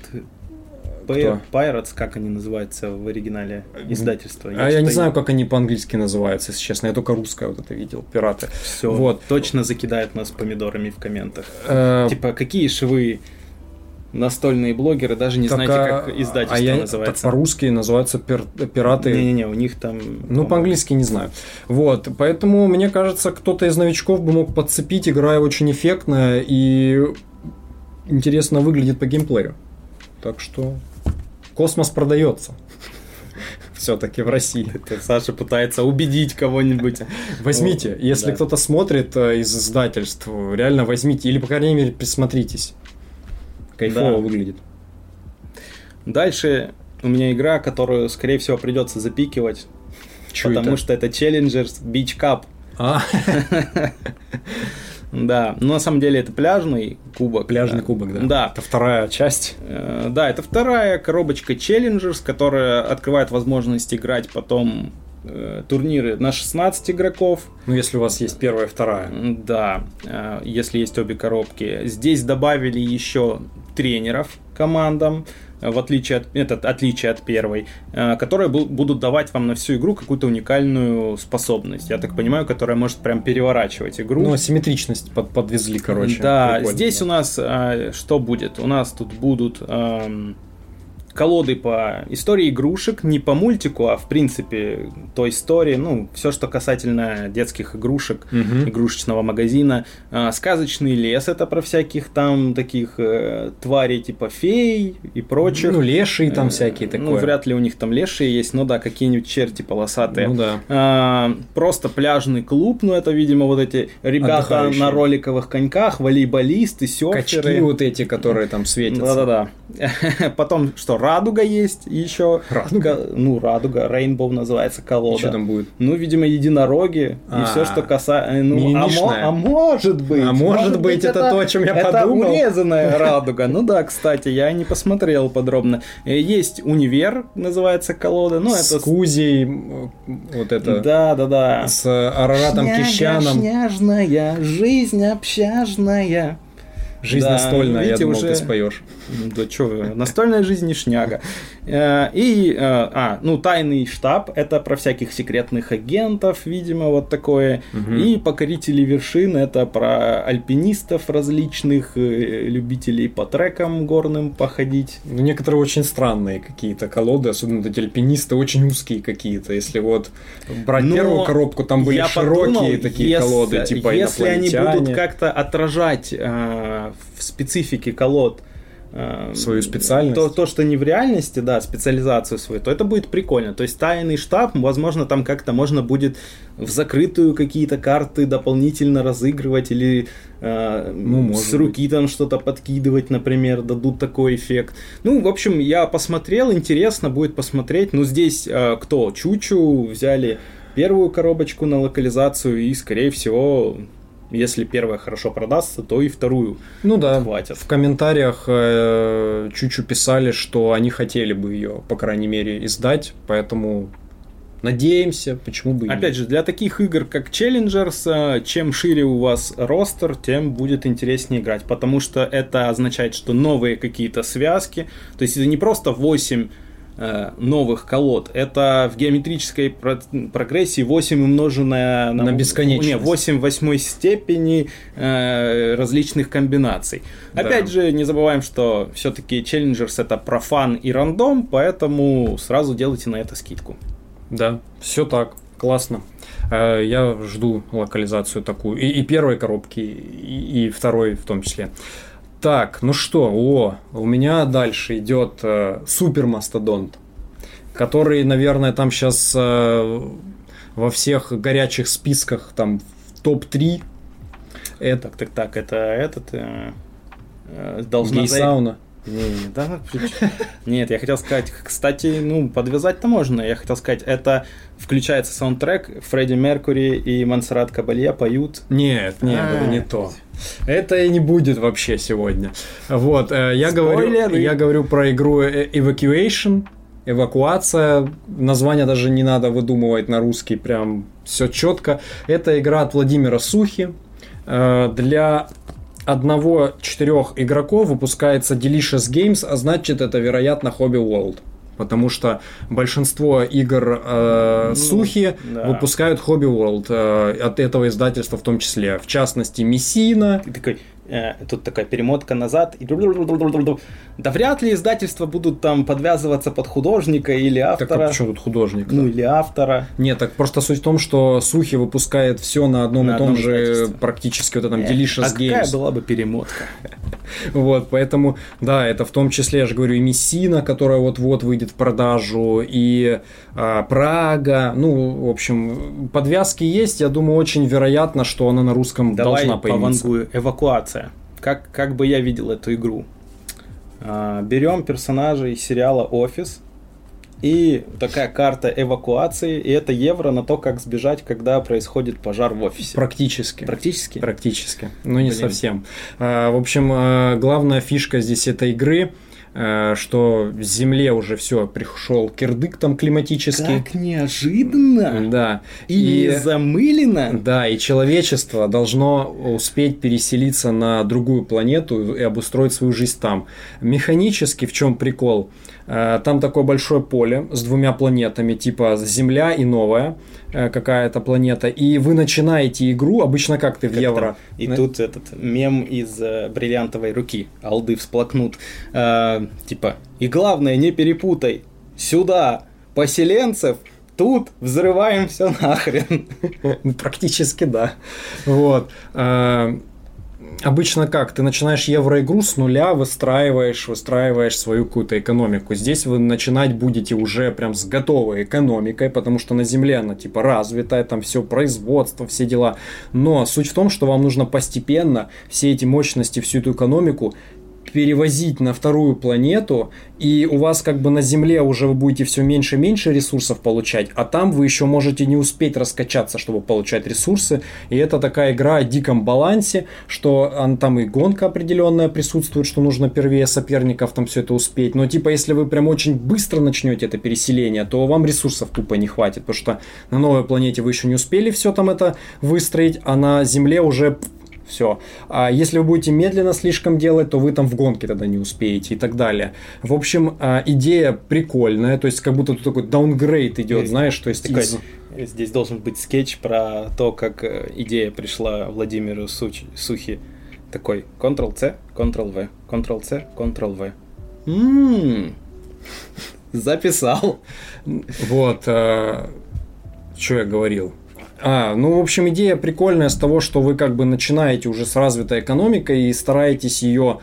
Pirates, как они называются в оригинале издательства? Я не знаю, как они по-английски называются, если честно. Я только русское вот это видел, пираты. Все, вот. Точно закидают нас помидорами в комментах. Типа, какие же вы настольные блогеры, даже не знаете, как издательство называется. Так по-русски называются пираты. Не-не-не, у них там... Ну, по-английски не знаю. Вот, поэтому, мне кажется, кто-то из новичков бы мог подцепить. Игра очень эффектная и интересно выглядит по геймплею. Так что... Космос продается. Все-таки в России. Саша пытается убедить кого-нибудь. Возьмите, если кто-то смотрит из издательств, реально возьмите, или, по крайней мере, присмотритесь. Кайфово выглядит. Дальше у меня игра, которую, скорее всего, придется запикивать. Потому что это Challengers Beach Cup. Да, но на самом деле это пляжный кубок. Пляжный кубок, да. Да. Это вторая часть. Да, это вторая коробочка Challengers, которая открывает возможность играть потом турниры на 16 игроков. Ну, если у вас есть первая и вторая. Да, если есть обе коробки. Здесь добавили еще тренеров командам, в отличие от первой, которые будут давать вам на всю игру какую-то уникальную способность, я так понимаю, которая может прям переворачивать игру. Ну, асимметричность подвезли, короче. Да, прикольно, здесь у нас что будет? У нас тут будут колоды по истории игрушек, не по мультику, а в принципе той истории, ну, все, что касательно детских игрушек, игрушечного магазина. Сказочный лес, это про всяких там таких тварей типа фей и прочих. Ну, лешие там всякие такое. Ну, вряд ли у них там лешие есть, но да, какие-нибудь черти полосатые. Ну, да. Просто пляжный клуб, ну, это, видимо, вот эти ребята на роликовых коньках, волейболисты, серферы. Качки вот эти, которые там светятся. Да-да-да. Потом, что, радуга есть еще. Радуга? Ну, радуга, Rainbow называется колода. И что там будет? Ну, видимо, единороги. И все, что касается... Мимимишная. А может быть. А может быть, это то, о чем я подумал. Это урезанная радуга. Ну да, кстати, я не посмотрел подробно. Есть универ, называется колода. Ну, это... С Кузей, вот это... Да-да-да. С Араратом Кещаном. Снежная, жизнь общажная. Жизнь настольная, видите, я думал, уже... ты споешь. Да что вы, настольная жизнь не шняга. Тайный штаб, это про всяких секретных агентов, видимо, вот такое. И покорители вершин, это про альпинистов различных, любителей по трекам горным походить. Некоторые очень странные какие-то колоды, особенно эти альпинисты, очень узкие какие-то. Если вот брать первую коробку, там были широкие такие колоды, типа если они будут как-то отражать в специфике колод свою специальность, то, что не в реальности, да, специализацию свою, то это будет прикольно. То есть тайный штаб, возможно, там как-то можно будет в закрытую какие-то карты дополнительно разыгрывать или с руки там что-то подкидывать, например, дадут такой эффект. В общем, я посмотрел, интересно будет посмотреть. Здесь кто? Чучу взяли первую коробочку на локализацию и, скорее всего... Если первая хорошо продастся, то и вторую хватит. В комментариях Чучу писали, что они хотели бы ее, по крайней мере, издать, поэтому надеемся, почему бы и нет. Опять же, для таких игр, как Challengers, чем шире у вас ростер, тем будет интереснее играть, потому что это означает, что новые какие-то связки, то есть это не просто 8 новых колод. Это в геометрической прогрессии 8 умноженное на бесконечность. 8 в 8 степени различных комбинаций. Да. Опять же, не забываем, что все-таки Challengers это профан и рандом, поэтому сразу делайте на это скидку. Да, все так. Классно. Я жду локализацию такую. И первой коробки, и второй в том числе. Так, ну что, у меня дальше идет Супермастодонт, который, наверное, там сейчас во всех горячих списках там в топ-3. Это должна гей-сауна. Нет, я хотел сказать, кстати, подвязать-то можно. Я хотел сказать, это включается саундтрек, Фредди Меркьюри и Монсеррат Кабалье поют. Нет, это не то. Это и не будет вообще сегодня. Вот, я говорю про игру Evacuation. Эвакуация. Название даже не надо выдумывать на русский, прям все четко. Это игра от Владимира Сухи. Для 1-4 игроков выпускается Delicious Games, а значит это, вероятно, Hobby World. Потому что большинство игр Сухи выпускают Hobby World от этого издательства в том числе. В частности, Мессина. Тут такая перемотка назад. Да вряд ли издательства будут там подвязываться под художника или автора. Так а почему тут художник? Или автора. Нет, так просто суть в том, что Сухи выпускает все на одном и том же практически вот этом Delicious Games. Какая была бы перемотка? Вот, поэтому, да, это в том числе, я же говорю, и Мессина, которая вот-вот выйдет в продажу, и Прага. В общем, подвязки есть. Я думаю, очень вероятно, что она на русском должна появиться. Давай по вангую. Эвакуация. Как бы я видел эту игру? Берем персонажей сериала «Офис», и такая карта эвакуации, и это евро на то, как сбежать, когда происходит пожар в офисе. Практически. Практически? Но не совсем. В общем, главная фишка здесь этой игры, что Земле уже все пришел кирдык там климатический. Как неожиданно! Да. И замылено! Да, и человечество должно успеть переселиться на другую планету и обустроить свою жизнь там. Механически в чем прикол? Там такое большое поле с 2 планетами, типа Земля и новая какая-то планета, и вы начинаете игру, обычно как ты в евро. И тут этот мем из бриллиантовой руки, алды всплакнут, типа, и главное, не перепутай, сюда поселенцев, тут взрываем все нахрен. Практически да. Вот. Обычно как? Ты начинаешь евроигру с нуля, выстраиваешь свою какую-то экономику. Здесь вы начинать будете уже прям с готовой экономикой, потому что на Земле она типа развитая, там все производство, все дела. Но суть в том, что вам нужно постепенно все эти мощности, всю эту экономику перевозить на вторую планету, и у вас как бы на Земле уже вы будете все меньше и меньше ресурсов получать, а там вы еще можете не успеть раскачаться, чтобы получать ресурсы, и это такая игра о диком балансе, что там и гонка определенная присутствует, что нужно первее соперников там все это успеть, но типа если вы прям очень быстро начнете это переселение, то вам ресурсов тупо не хватит, потому что на новой планете вы еще не успели все там это выстроить, а на Земле уже Все. А если вы будете медленно слишком делать, то вы там в гонке тогда не успеете и так далее. В общем, идея прикольная, то есть как будто тут такой даунгрейд идет, знаешь, то есть Здесь должен быть скетч про то, как идея пришла Владимиру Сухи. Такой Ctrl-C, Ctrl-V, Ctrl-C, Ctrl-V. Записал. Вот. Что я говорил? В общем, идея прикольная с того, что вы как бы начинаете уже с развитой экономикой и стараетесь ее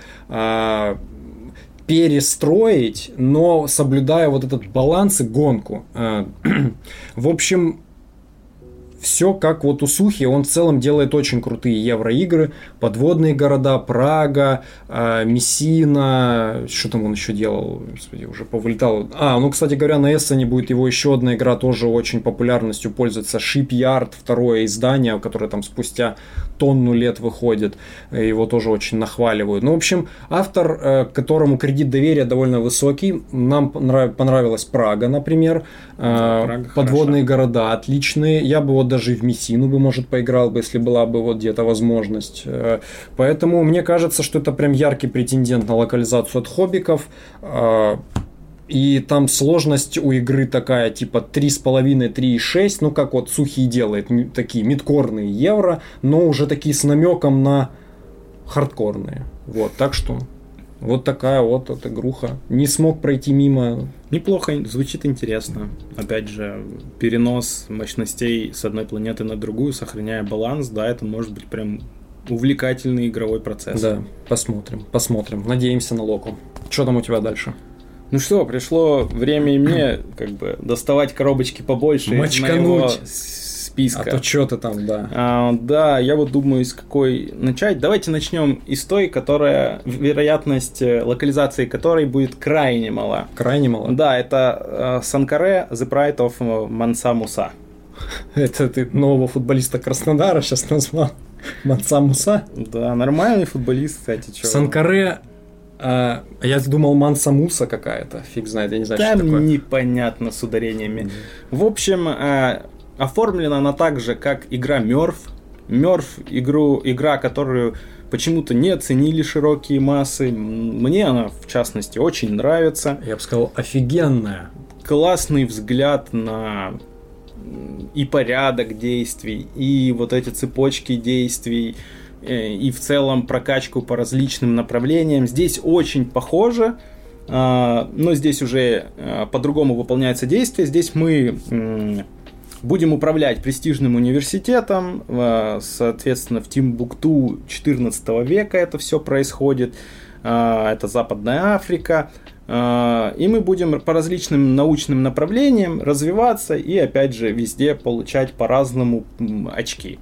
перестроить, но соблюдая вот этот баланс и гонку. В общем, все как вот у Сухи, он в целом делает очень крутые евроигры, подводные города, Прага, Мессина, что там он еще делал, господи, уже повылетал. Кстати говоря, на Эссене будет его еще одна игра, тоже очень популярностью пользуется, Shipyard, второе издание, которое там спустя тонну лет выходит, его тоже очень нахваливают. В общем, автор, которому кредит доверия довольно высокий, нам понравилась Прага, например, Прага подводные города отличные, я бы вот даже и в Мессину бы, может, поиграл бы, если была бы вот где-то возможность. Поэтому мне кажется, что это прям яркий претендент на локализацию от хоббиков. И там сложность у игры такая, типа 3,5, 3,6, как вот Сухий делает, такие мидкорные евро, но уже такие с намеком на хардкорные. Вот, так что вот такая вот эта игруха. Не смог пройти мимо. Неплохо, звучит интересно. Опять же, перенос мощностей с одной планеты на другую, сохраняя баланс, да, это может быть прям увлекательный игровой процесс. Да, посмотрим. Надеемся на локу. Что там у тебя дальше? Ну что, пришло время и мне как бы доставать коробочки побольше из моего списка. А то что ты там, да. Да, я вот думаю, с какой начать. Давайте начнем из той, которая, вероятность локализации которой будет крайне мала. Крайне мала? Да, это Санкаре The Pride of Манса Муса. Это ты нового футболиста Краснодара сейчас назвал? Манса Муса? Да, нормальный футболист, кстати. Санкаре... я думал, Манса Муса какая-то. Фиг знает, я не знаю, там что такое. Там непонятно с ударениями. В общем, оформлена она так же, как игра Мёрф. Мёрф игра, которую почему-то не оценили широкие массы. Мне она, в частности, очень нравится. Я бы сказал, офигенная. Классный взгляд на и порядок действий, и вот эти цепочки действий, и в целом прокачку по различным направлениям. Здесь очень похоже, но здесь уже по-другому выполняется действие. Здесь мы будем управлять престижным университетом, соответственно, в Тимбукту 14 века это все происходит, это Западная Африка, и мы будем по различным научным направлениям развиваться и, опять же, везде получать по-разному очки.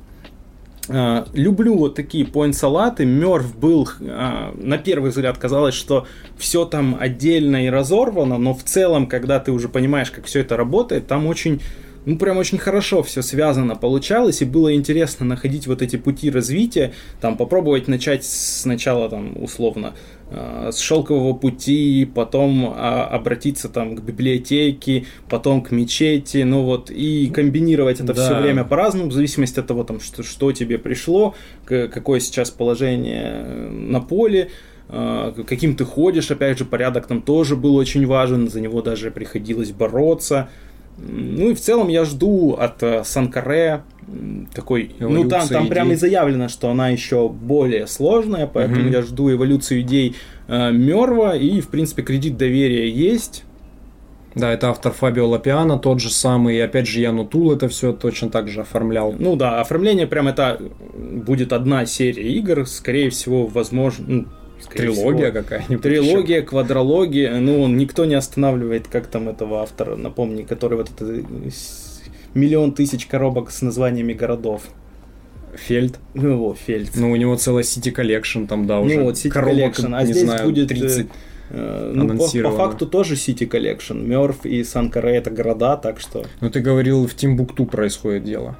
Люблю вот такие point-салаты. Мёрф был, на первый взгляд, казалось, что все там отдельно и разорвано, но в целом, когда ты уже понимаешь, как все это работает, там очень, прям очень хорошо все связано получалось, и было интересно находить вот эти пути развития, там попробовать начать сначала, там, условно, с шелкового пути, потом обратиться там к библиотеке, потом к мечети, и комбинировать это все время по-разному, в зависимости от того, там, что тебе пришло, какое сейчас положение на поле, каким ты ходишь, опять же, порядок там тоже был очень важен, за него даже приходилось бороться. И в целом я жду от Санкаре такой, там прямо и заявлено, что она еще более сложная, поэтому я жду эволюцию идей Мёрва, и, в принципе, кредит доверия есть. Да, это автор Фабио Лапиано, тот же самый, и опять же Ян Утул это все точно так же оформлял. Оформление прям это будет одна серия игр, скорее всего, возможно... Трилогия какая-нибудь. Трилогия, квадрология. Никто не останавливает, как там этого автора, напомни, который вот это 1 000 000 коробок с названиями городов. Фельд. Фельд. У него целая City Collection там, да, уже. City Collection. А здесь будет 30 по факту тоже City Collection. Мёрф и Санкаре это города, так что... ты говорил, в Тимбукту происходит дело.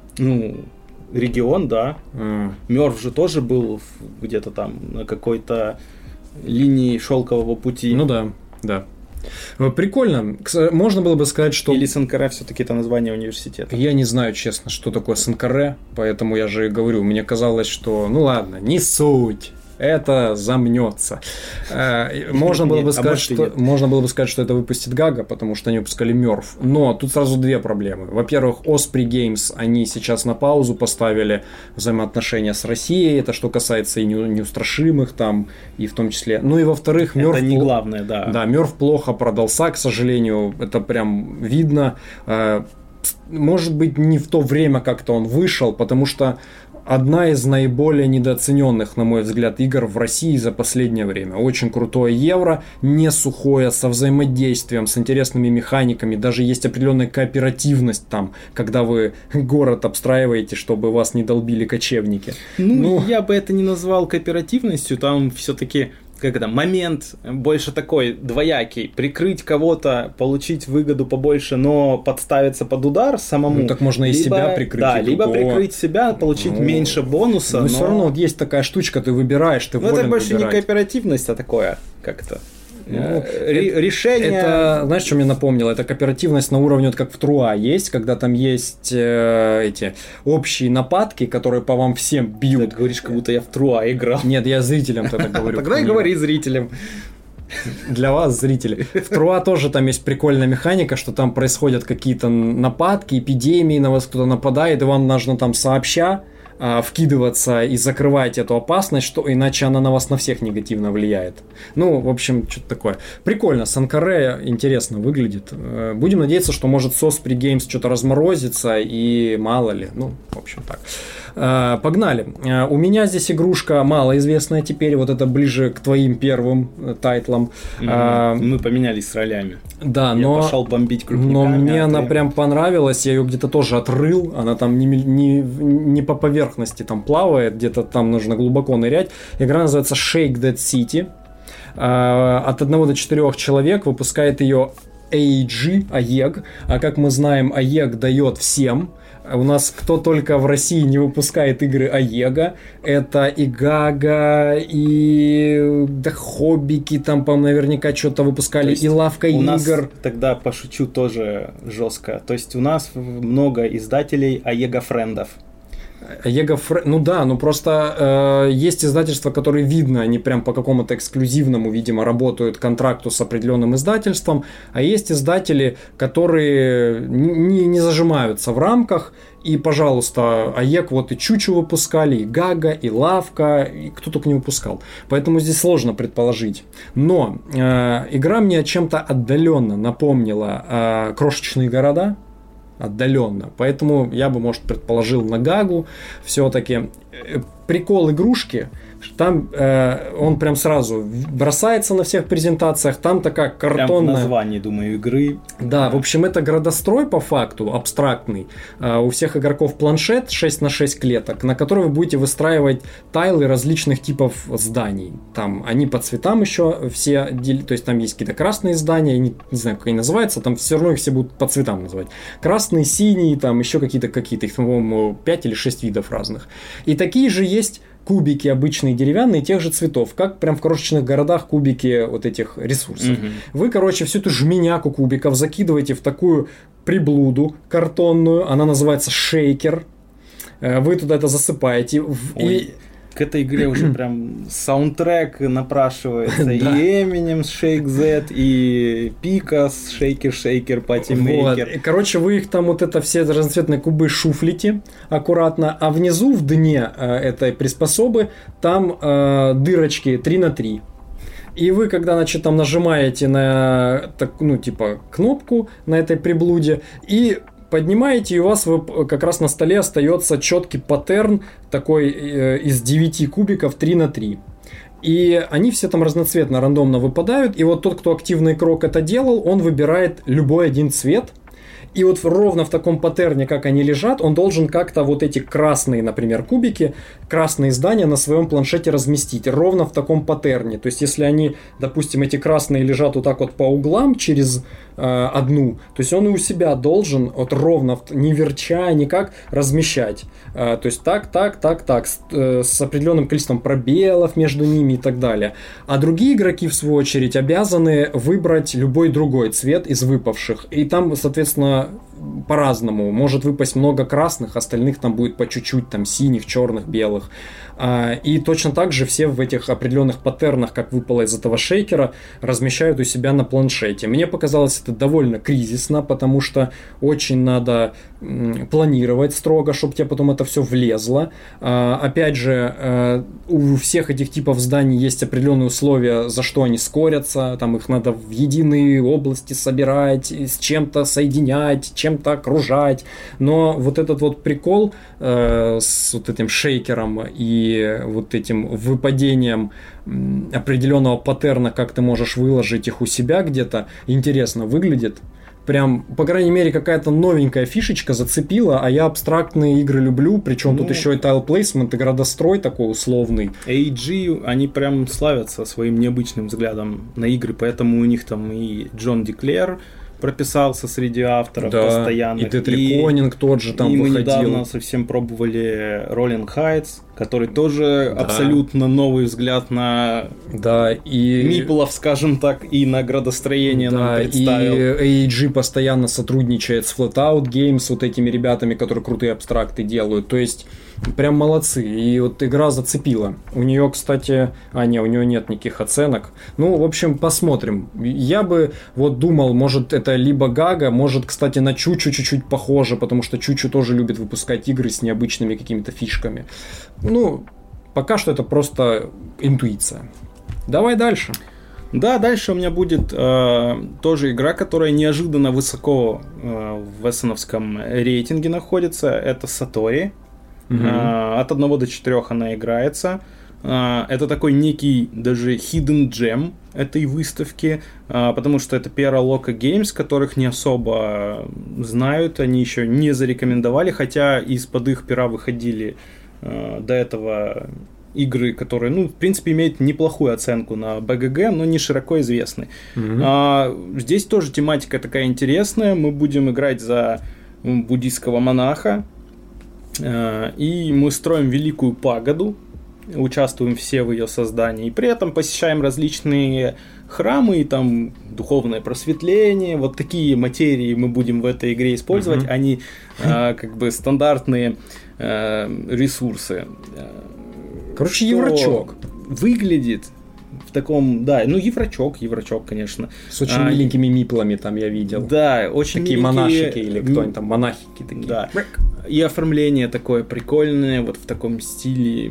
Регион, да. Мёрф же тоже был где-то там на какой-то линии шелкового пути. Да. Прикольно. Можно было бы сказать, что... Или Санкаре все-таки это название университета? Я не знаю, честно, что такое Санкаре, поэтому я же и говорю, мне казалось, что, ну ладно, не суть. Это замнется. Можно было бы сказать, что это выпустит Гага, потому что они выпускали Мёрф. Но тут сразу две проблемы. Во-первых, Osprey Games они сейчас на паузу поставили взаимоотношения с Россией. Это что касается и неустрашимых там, и в том числе. Ну и во-вторых, Мёрф... Это не главное, да. Да, Мёрф плохо продался, к сожалению. Это прям видно. Может быть, не в то время как-то он вышел, потому что одна из наиболее недооцененных, на мой взгляд, игр в России за последнее время. Очень крутое евро, не сухое, со взаимодействием, с интересными механиками. Даже есть определенная кооперативность там, когда вы город обстраиваете, чтобы вас не долбили кочевники. Ну, я бы это не назвал кооперативностью, там все-таки... Как это, момент больше такой двоякий. Прикрыть кого-то, получить выгоду побольше, но подставиться под удар самому. Ну, так можно и себя прикрыть. Да, либо прикрыть себя, получить меньше бонуса. Но все равно вот есть такая штучка, ты выбираешь, ты волен это больше выбирать. Не кооперативность, а такое как-то. Решение... Это, знаешь, что мне напомнило? Это кооперативность на уровне, вот как в Труа есть, когда там есть эти общие нападки, которые по вам всем бьют. Ты говоришь, как будто я в Труа играл. Нет, я зрителям тогда говорю. Тогда и говори зрителям. Для вас, зрители. В Труа тоже там есть прикольная механика, что там происходят какие-то нападки, эпидемии, на вас кто-то нападает, и вам нужно там сообща вкидываться и закрывать эту опасность, что иначе она на вас на всех негативно влияет. Ну, в общем, что-то такое. Прикольно, Санкаре интересно выглядит. Будем надеяться, что может с Osprey Games что-то разморозится и мало ли. Ну, в общем, так. Погнали. У меня здесь игрушка малоизвестная теперь, вот это ближе к твоим первым тайтлам. Мы поменялись с ролями. Да, я пошел бомбить крупниками. Но мне она прям понравилась, я ее где-то тоже отрыл, она там не по поверхности там плавает, где-то там нужно глубоко нырять. Игра называется Shake That City. От 1 до 4 человек, выпускает ее AEG, а как мы знаем, AEG дает всем. У нас кто только в России не выпускает игры AEG, это и Гага, и да, Хоббики там, по-моему, наверняка что-то выпускали, и Лавка игр. Нас, тогда пошучу тоже жестко, то есть у нас много издателей AEG-френдов. Ну да, ну просто есть издательства, которые видно, они прям по какому-то эксклюзивному, видимо, работают контракту с определенным издательством, а есть издатели, которые не зажимаются в рамках, и, пожалуйста, AEG вот и Чучу выпускали, и Гага, и Лавка, и кто только не выпускал. Поэтому здесь сложно предположить. Но игра мне чем-то отдаленно напомнила «Крошечные города». Отдаленно. Поэтому я бы, может, предположил на Гагу. Все-таки прикол игрушки, там он прям сразу бросается на всех презентациях, там такая картонная... Прям в названии, думаю, игры. Да, в общем, это градострой по факту, абстрактный. У всех игроков планшет 6x6 клеток, на который вы будете выстраивать тайлы различных типов зданий. Там они по цветам еще все, то есть там есть какие-то красные здания, я не знаю, как они называются, там все равно их все будут по цветам называть. Красный, синий, там еще какие-то, их, по-моему, 5 или 6 видов разных. И такие же есть кубики обычные деревянные тех же цветов, как прям в крошечных городах кубики вот этих ресурсов. Вы, короче, всю эту жменяку кубиков закидываете в такую приблуду картонную, она называется шейкер. Вы туда это засыпаете. К этой игре уже прям саундтрек напрашивается. И Eminem с Shake Z, и Pika с Shaker Pattymaker. Короче, вы их там вот это все разноцветные кубы шуфлите аккуратно, а внизу в дне этой приспособы там дырочки 3x3. И вы, когда, значит, там нажимаете на, кнопку на этой приблуде и поднимаете, и у вас как раз на столе остается четкий паттерн такой из 9 кубиков 3x3. И они все там разноцветно, рандомно выпадают. И вот тот, кто активный игрок это делал, он выбирает любой один цвет. И вот ровно в таком паттерне, как они лежат, он должен как-то вот эти красные, например, кубики, красные здания на своем планшете разместить. Ровно в таком паттерне. То есть, если они, допустим, эти красные лежат вот так вот по углам через одну, то есть он и у себя должен вот ровно, не верча, никак, размещать. То есть так, с определенным количеством пробелов между ними и так далее. А другие игроки, в свою очередь, обязаны выбрать любой другой цвет из выпавших. И там, соответственно, по-разному. Может выпасть много красных, остальных там будет по чуть-чуть, там синих, черных, белых. И точно так же все в этих определенных паттернах, как выпало из этого шейкера, размещают у себя на планшете. Мне показалось это довольно кризисно, потому что очень надо планировать строго, чтобы тебе потом это все влезло. Опять же, у всех этих типов зданий есть определенные условия, за что они скорятся. Там их надо в единые области собирать, с чем-то соединять, чем-то окружать. Но вот этот вот прикол с вот этим шейкером и вот этим выпадением определенного паттерна, как ты можешь выложить их у себя где-то, интересно выглядит. Прям, по крайней мере, какая-то новенькая фишечка зацепила, а я абстрактные игры люблю, причем тут еще и tile placement, и градострой такой условный. AEG, они прям славятся своим необычным взглядом на игры, поэтому у них там и Джон Деклер прописался среди авторов постоянных. И Тетриконинг тот же там выходил. Мы недавно совсем пробовали Rolling Heights, который тоже абсолютно новый взгляд на миплов, скажем так, и на градостроение нам представил. И AEG постоянно сотрудничает с Flatout Games, вот этими ребятами, которые крутые абстракты делают. То есть прям молодцы. И вот игра зацепила. У нее, кстати... у нее нет никаких оценок. Ну, в общем, посмотрим. Я бы вот думал, может, это либо Гага, может, кстати, на Чучу чуть-чуть похоже, потому что Чучу тоже любит выпускать игры с необычными какими-то фишками. Ну, пока что это просто интуиция. Давай дальше. Да, дальше у меня будет тоже игра, которая неожиданно высоко в эссеновском рейтинге находится. Это Satori. От 1 до 4 она играется. Это такой некий даже hidden gem этой выставки, потому что это Pera Loca Games, которых не особо знают, они еще не зарекомендовали, хотя из-под их пера выходили до этого игры, которые, в принципе, имеют неплохую оценку на БГГ, но не широко известны. Здесь тоже тематика такая интересная. Мы будем играть за буддийского монаха, и мы строим великую пагоду, участвуем все в ее создании, и при этом посещаем различные храмы, и там духовное просветление, вот такие материи мы будем в этой игре использовать, а не как бы стандартные ресурсы. Короче, еврочок. Выглядит в таком, еврочок, конечно. С очень миленькими миплами там я видел. Да, очень такие монашики или кто-нибудь там, монахики такие. Да. И оформление такое прикольное, вот в таком стиле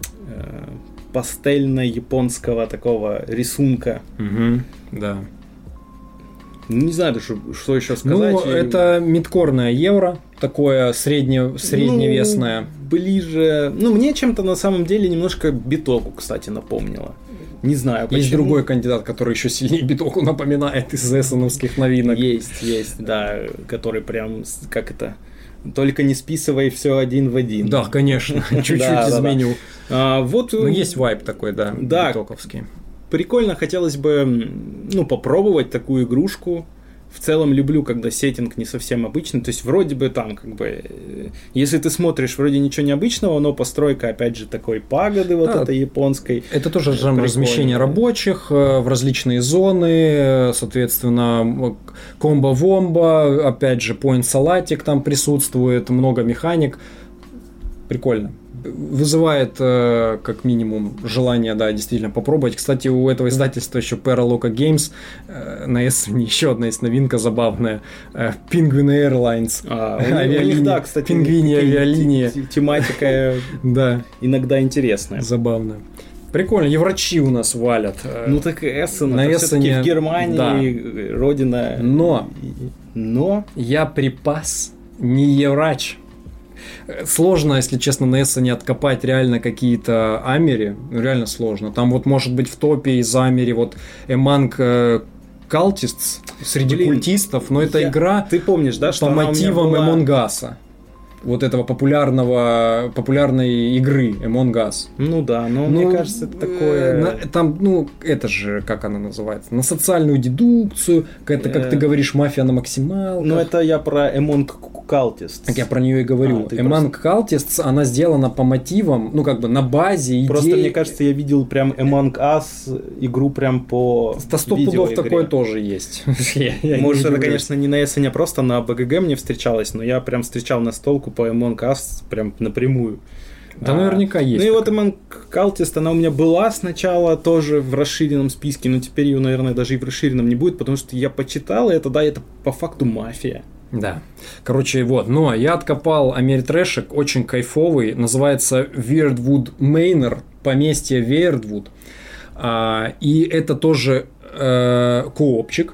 пастельно-японского такого рисунка. Да. Не знаю, что еще сказать. Это мидкорное евро, такое средневесное. Ближе. Мне чем-то на самом деле немножко Битоку, кстати, напомнило. Не знаю, почему. Есть другой кандидат, который еще сильнее Битоку напоминает из эссеновских новинок. Есть, да, который прям, как это, только не списывай все один в один. Да, конечно, чуть-чуть изменю. Есть вайб такой, битоковский. Прикольно, хотелось бы, попробовать такую игрушку. В целом люблю, когда сеттинг не совсем обычный. То есть, вроде бы там, как бы, если ты смотришь, вроде ничего необычного, но постройка, опять же, такой пагоды вот этой японской. Это тоже размещение рабочих в различные зоны, соответственно, комбо-вомбо, опять же, point-салатик там присутствует, много механик. Прикольно. Вызывает, как минимум, желание, действительно попробовать. Кстати, у этого издательства еще Pera Loca Games на Essen еще одна есть новинка забавная. Penguin Airlines. Авиалиния. Кстати, Пингвини авиалиния. Тематика иногда интересная. Забавная. Прикольно, еврачи у нас валят. Так Essen, это все-таки в Германии родина. Но я припас не еврач. Сложно, если честно, на Эссене откопать реально какие-то Амери. Реально сложно. Там вот может быть в топе из Амери вот Among Cultists среди культистов, но это игра ты помнишь, да, что по мотивам Among Us. вот этого популярной игры Among Us. Ну да, но мне кажется, это такое... Там, ну, это же, как она называется, на социальную дедукцию, это, как ты говоришь, мафия на максималках. Ну, это я про Among Cultists. Так я про нее и говорю. Among Cultists, она сделана по мотивам, ну, как бы на базе идей. Просто, мне кажется, я видел прям Among Us игру прям по 100 пудов такое тоже есть. Может, это, конечно, не на Эссене, а просто на БГГ мне встречалось, но я прям встречал настолку по Among Us прям напрямую. Да, наверняка есть. Ну и вот Among Cultist, она у меня была сначала тоже в расширенном списке, но теперь ее, наверное, даже и в расширенном не будет, потому что я почитал, и это, да, это по факту мафия. Да. Короче, вот. Но я откопал Америтрэшек, очень кайфовый, называется Weirdwood Manor, поместье Weirdwood. И это тоже коопчик.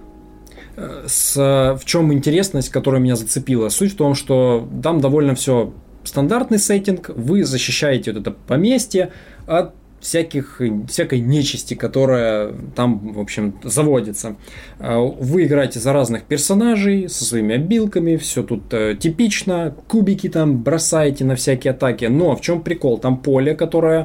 В чем интересность, которая меня зацепила? Суть в том, что там довольно все стандартный сеттинг, вы защищаете вот это поместье от всякой нечисти, которая там, в общем, заводится. Вы играете за разных персонажей со своими обилками, все тут типично, кубики там бросаете на всякие атаки, но в чем прикол? Там поле, которое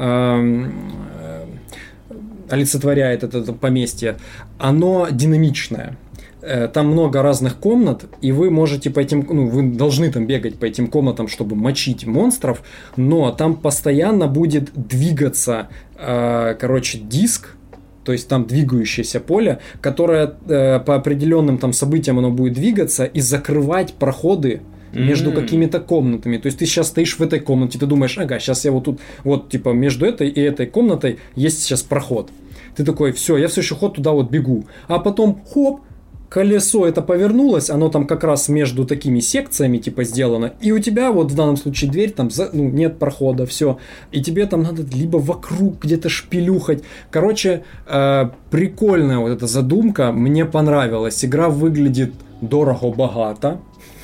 олицетворяет это поместье, оно динамичное. Там много разных комнат, и вы можете по этим, ну, вы должны там бегать по этим комнатам, чтобы мочить монстров, но там постоянно будет двигаться, диск, то есть там двигающееся поле, которое по определенным там событиям оно будет двигаться и закрывать проходы между какими-то комнатами. То есть ты сейчас стоишь в этой комнате, ты думаешь, ага, сейчас я вот тут, вот типа между этой и этой комнатой есть сейчас проход. Ты такой, все, я в следующий ход туда вот бегу. А потом, хоп, колесо это повернулось, оно там как раз между такими секциями типа сделано, и у тебя вот в данном случае дверь, там нет прохода, все, и тебе там надо либо вокруг где-то шпилюхать. Короче, прикольная вот эта задумка, мне понравилась. Игра выглядит дорого-богато.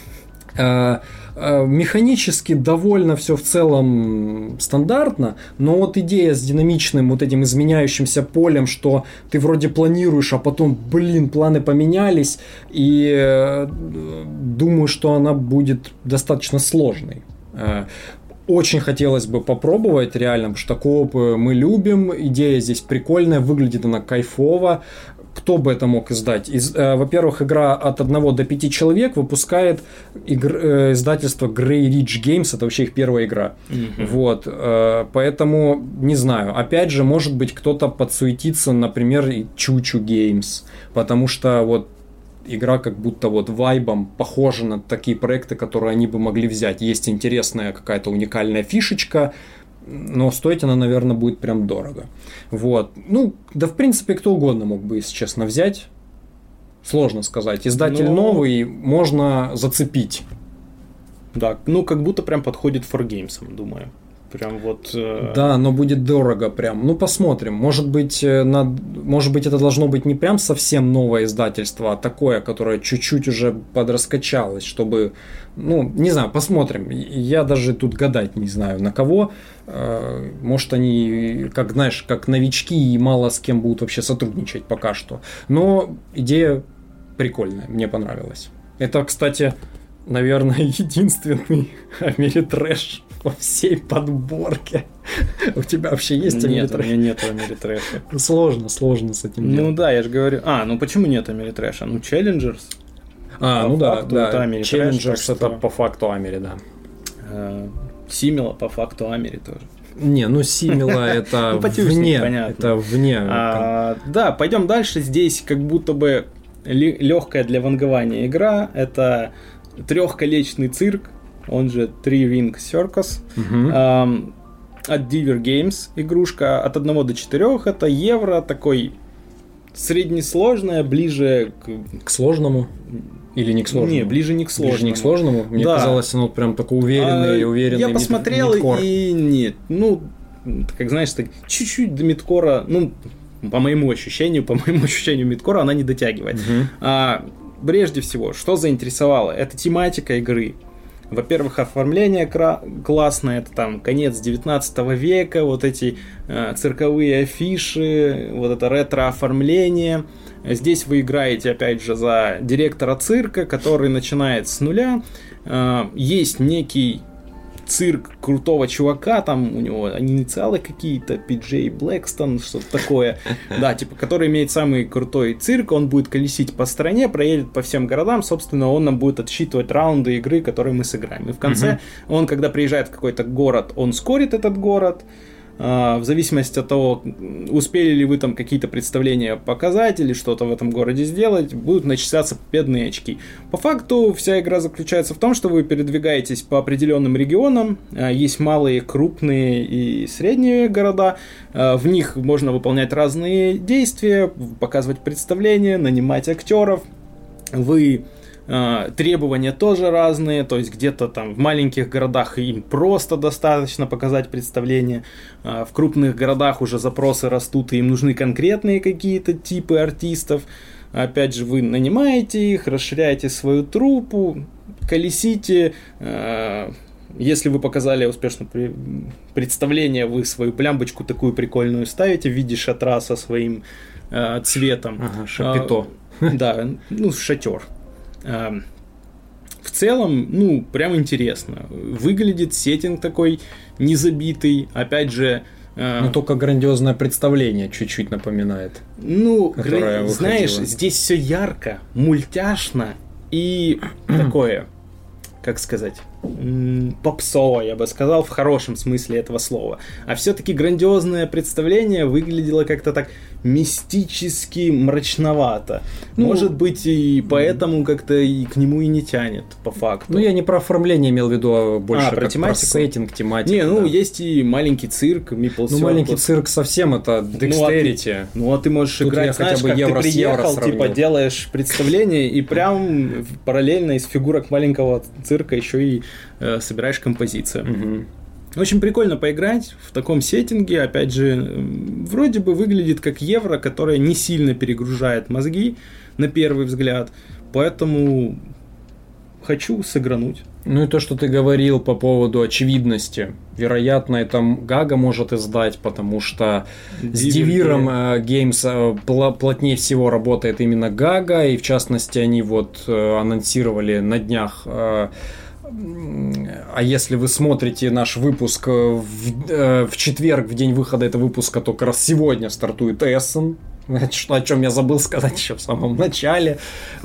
Механически довольно все в целом стандартно, но вот идея с динамичным вот этим изменяющимся полем, что ты вроде планируешь, а потом, планы поменялись, и думаю, что она будет достаточно сложной. Очень хотелось бы попробовать, реально, потому что коопы мы любим, идея здесь прикольная, выглядит она кайфово. Кто бы это мог издать? Во-первых, игра от 1 до 5 человек выпускает издательство Grey Ridge Games, это вообще их первая игра. Вот, поэтому, не знаю, опять же, может быть, кто-то подсуетится, например, и Чучу Games, потому что вот игра как будто вот вайбом похожа на такие проекты, которые они бы могли взять. Есть интересная какая-то уникальная фишечка, но стоить она, наверное, будет прям дорого. Вот. Ну, да, в принципе, кто угодно мог бы, если честно, взять. Сложно сказать. Издатель новый, можно зацепить. Да, ну, как будто прям подходит ForGames, думаю. Прям вот... Да, но будет дорого прям. Ну, посмотрим. Может быть, это должно быть не прям совсем новое издательство, а такое, которое чуть-чуть уже подраскачалось, чтобы... Ну, не знаю, посмотрим. Я даже тут гадать не знаю, на кого. Может, они, как, знаешь, как новички и мало с кем будут вообще сотрудничать пока что. Но идея прикольная, мне понравилась. Это, кстати, наверное, единственный Америтрэш во всей подборке. У тебя вообще есть Америтрэш? Нет, у меня нет Америтрэша. Сложно с этим делом. Ну да, я же говорю. Ну почему нет Америтрэша? Ну, Challengers. Ну да. Challengers это по факту Амери, да. Симила по факту Амери тоже. Не, ну Симила это вне. Это вне. Да, пойдем дальше. Здесь как будто бы легкая для вангования игра. Это трехколечный цирк, он же Three Ring Circus. От Diver Games игрушка от 1 до 4. Это евро, такой среднесложная, ближе к сложному. Или не к сложному? Не, ближе не к сложному. Ближе не к сложному? Мне казалось, оно прям такой уверенный я посмотрел мидкор. И нет. Ну, как знаешь, так, чуть-чуть до мидкора, ну, по моему ощущению мидкора она не дотягивает. Прежде всего, что заинтересовало? Это тематика игры. Во-первых, оформление классное, это там конец 19 века, вот эти цирковые афиши, вот это ретро-оформление. Здесь вы играете, опять же, за директора цирка, который начинает с нуля есть некий цирк крутого чувака, там у него инициалы какие-то, PJ Blackstone, что-то такое, да, типа, который имеет самый крутой цирк, он будет колесить по стране, проедет по всем городам, собственно, он нам будет отсчитывать раунды игры, которые мы сыграем. И в конце, он, когда приезжает в какой-то город, он скорит этот город, в зависимости от того, успели ли вы там какие-то представления показать или что-то в этом городе сделать, будут начисляться победные очки. По факту вся игра заключается в том, что вы передвигаетесь по определенным регионам, есть малые, крупные и средние города, в них можно выполнять разные действия, показывать представления, нанимать актеров, требования тоже разные, то есть где-то там в маленьких городах им просто достаточно показать представление, в крупных городах уже запросы растут и им нужны конкретные какие-то типы артистов. Опять же, вы нанимаете их, расширяете свою труппу, колесите. Если вы показали успешно представление, вы свою плямбочку такую прикольную ставите в виде шатра со своим цветом. Ага, шапито. Да, шатер. В целом, прям интересно. Выглядит сеттинг такой незабитый. Опять же... только грандиозное представление чуть-чуть напоминает. Знаешь, здесь все ярко, мультяшно и такое, как сказать, попсово, я бы сказал, в хорошем смысле этого слова. А все-таки грандиозное представление выглядело как-то так мистически мрачновато. Может быть, и поэтому как-то и к нему и не тянет, по факту. Я не про оформление имел в виду, а больше про тематику? Про сеттинг, тематику. Есть и маленький цирк, Meeple Circus. Маленький цирк совсем это dexterity. А ты можешь тут играть, знаешь, как ты приехал, делаешь представление, и прям параллельно из фигурок маленького цирка еще и собираешь композицию. Очень прикольно поиграть в таком сеттинге. Опять же, вроде бы выглядит как евро, которое не сильно перегружает мозги на первый взгляд. Поэтому хочу сыгрануть. И то, что ты говорил по поводу очевидности. Вероятно, это Гага может издать, потому что с Devir Games плотнее всего работает именно Гага. И в частности, они анонсировали на днях... А если вы смотрите наш выпуск в четверг, в день выхода этого выпуска, то как раз сегодня стартует Essen, о чем я забыл сказать еще в самом начале,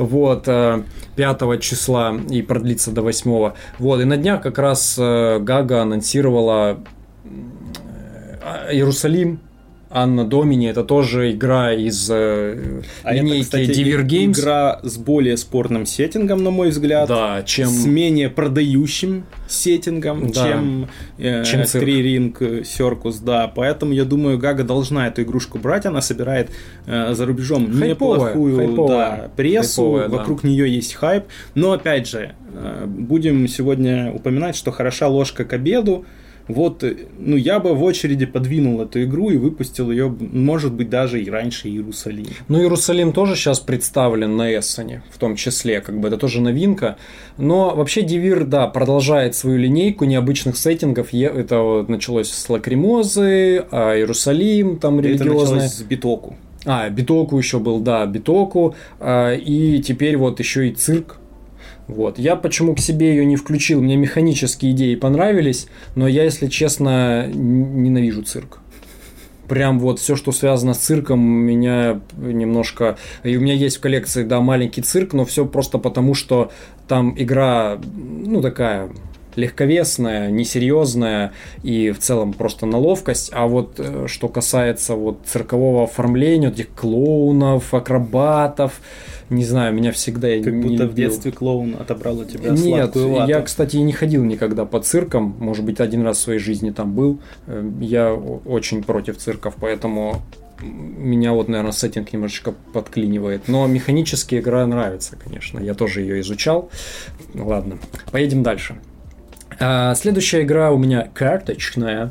5 числа и продлится до 8. И на днях как раз Гага анонсировала Иерусалим. Анна Домини, это тоже игра из линейки Devir Games. Игра с более спорным сеттингом, на мой взгляд. Да, с менее продающим сеттингом, чем Three Ring Circus. Да, поэтому я думаю, Гага должна эту игрушку брать. Она собирает за рубежом неплохую прессу. Вокруг нее есть хайп. Но опять же, будем сегодня упоминать, что хороша ложка к обеду. Я бы в очереди подвинул эту игру и выпустил ее, может быть, даже и раньше Иерусалим. Иерусалим тоже сейчас представлен на Эссене, в том числе, это тоже новинка. Но вообще Devir, продолжает свою линейку необычных сеттингов. Это началось с Лакримозы, а Иерусалим там религиозная. Это началось с Битоку. Битоку еще был, Битоку. И теперь еще и цирк. Я почему к себе ее не включил, мне механические идеи понравились, но я, если честно, ненавижу цирк. Прям все, что связано с цирком, меня немножко... И у меня есть в коллекции, маленький цирк, но все просто потому, что там игра, такая... легковесная, несерьезная и в целом просто на ловкость. А что касается циркового оформления, этих клоунов, акробатов, не знаю, меня всегда как не будто любил. В детстве клоун отобрал у тебя Нет, сладкую вату. я, кстати, не ходил никогда по циркам. Может быть, один раз в своей жизни там был. Я очень против цирков, поэтому меня наверное, сеттинг немножечко подклинивает. Но механически игра нравится, конечно. Я тоже ее изучал. Ладно, поедем дальше. Следующая игра у меня карточная,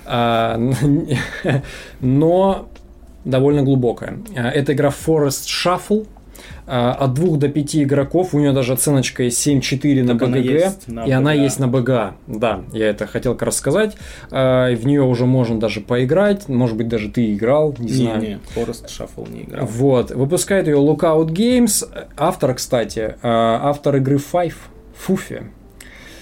но довольно глубокая. Это игра Forest Shuffle. От 2 до 5 игроков. У нее даже оценочка есть 7.4 на БГГ. И она есть на БГА. Да, я это хотел как раз сказать. В нее уже можно даже поиграть. Может быть, даже ты играл. Не знаю. Не, Forest Shuffle не играл. Выпускает ее Lookout Games. Автор, кстати, автор игры Five, Фуфи.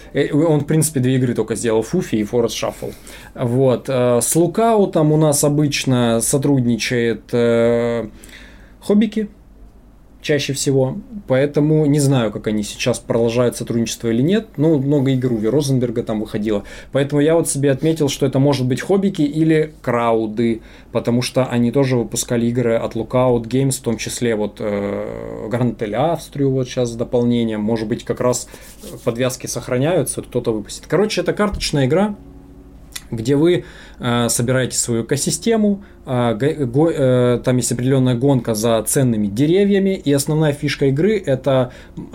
Он, в принципе, 2 игры только сделал, Фуфи и Forest Shuffle. Вот. С Лукаутом у нас обычно сотрудничает Хоббики чаще всего, поэтому не знаю, как они сейчас продолжают сотрудничество или нет, но много игр у Розенберга там выходило, поэтому я вот себе отметил, что это может быть Хоббики или Крауды, потому что они тоже выпускали игры от Lookout Games, в том числе вот Grand Hotel Австрию вот сейчас с дополнением, может быть как раз подвязки сохраняются, кто-то выпустит. Короче, это карточная игра, где вы собираете свою экосистему, там есть определенная гонка за ценными деревьями, и основная фишка игры – это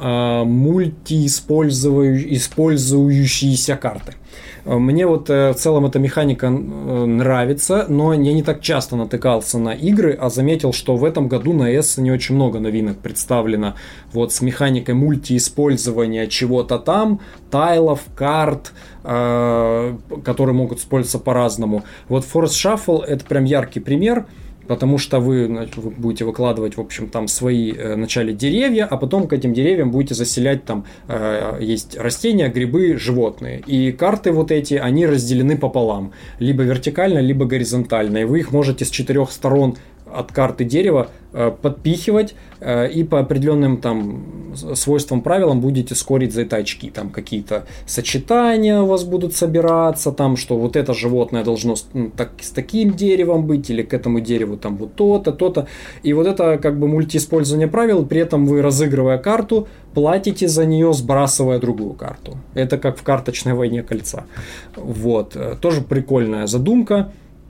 мультииспользующиеся карты. Мне вот в целом эта механика нравится, но я не так часто натыкался на игры, а заметил, что в этом году на ESO не очень много новинок представлено вот с механикой мультииспользования чего-то там, тайлов, карт, которые могут использоваться по-разному. Вот Forest Shuffle – это прям яркий пример, потому что вы будете выкладывать, в общем, там свои вначале деревья, а потом к этим деревьям будете заселять там есть растения, грибы, животные. И карты вот эти, они разделены пополам, либо вертикально, либо горизонтально. И вы их можете с 4 сторон от карты дерева подпихивать и по определенным там свойствам, правилам будете скорить за это очки. Там какие-то сочетания у вас будут собираться, там, что вот это животное должно с таким деревом быть, или к этому дереву там вот то-то, то-то. И вот это как бы мультииспользование правил, при этом вы, разыгрывая карту, платите за нее, сбрасывая другую карту. Это как в карточной войне кольца. Вот. Тоже прикольная задумка.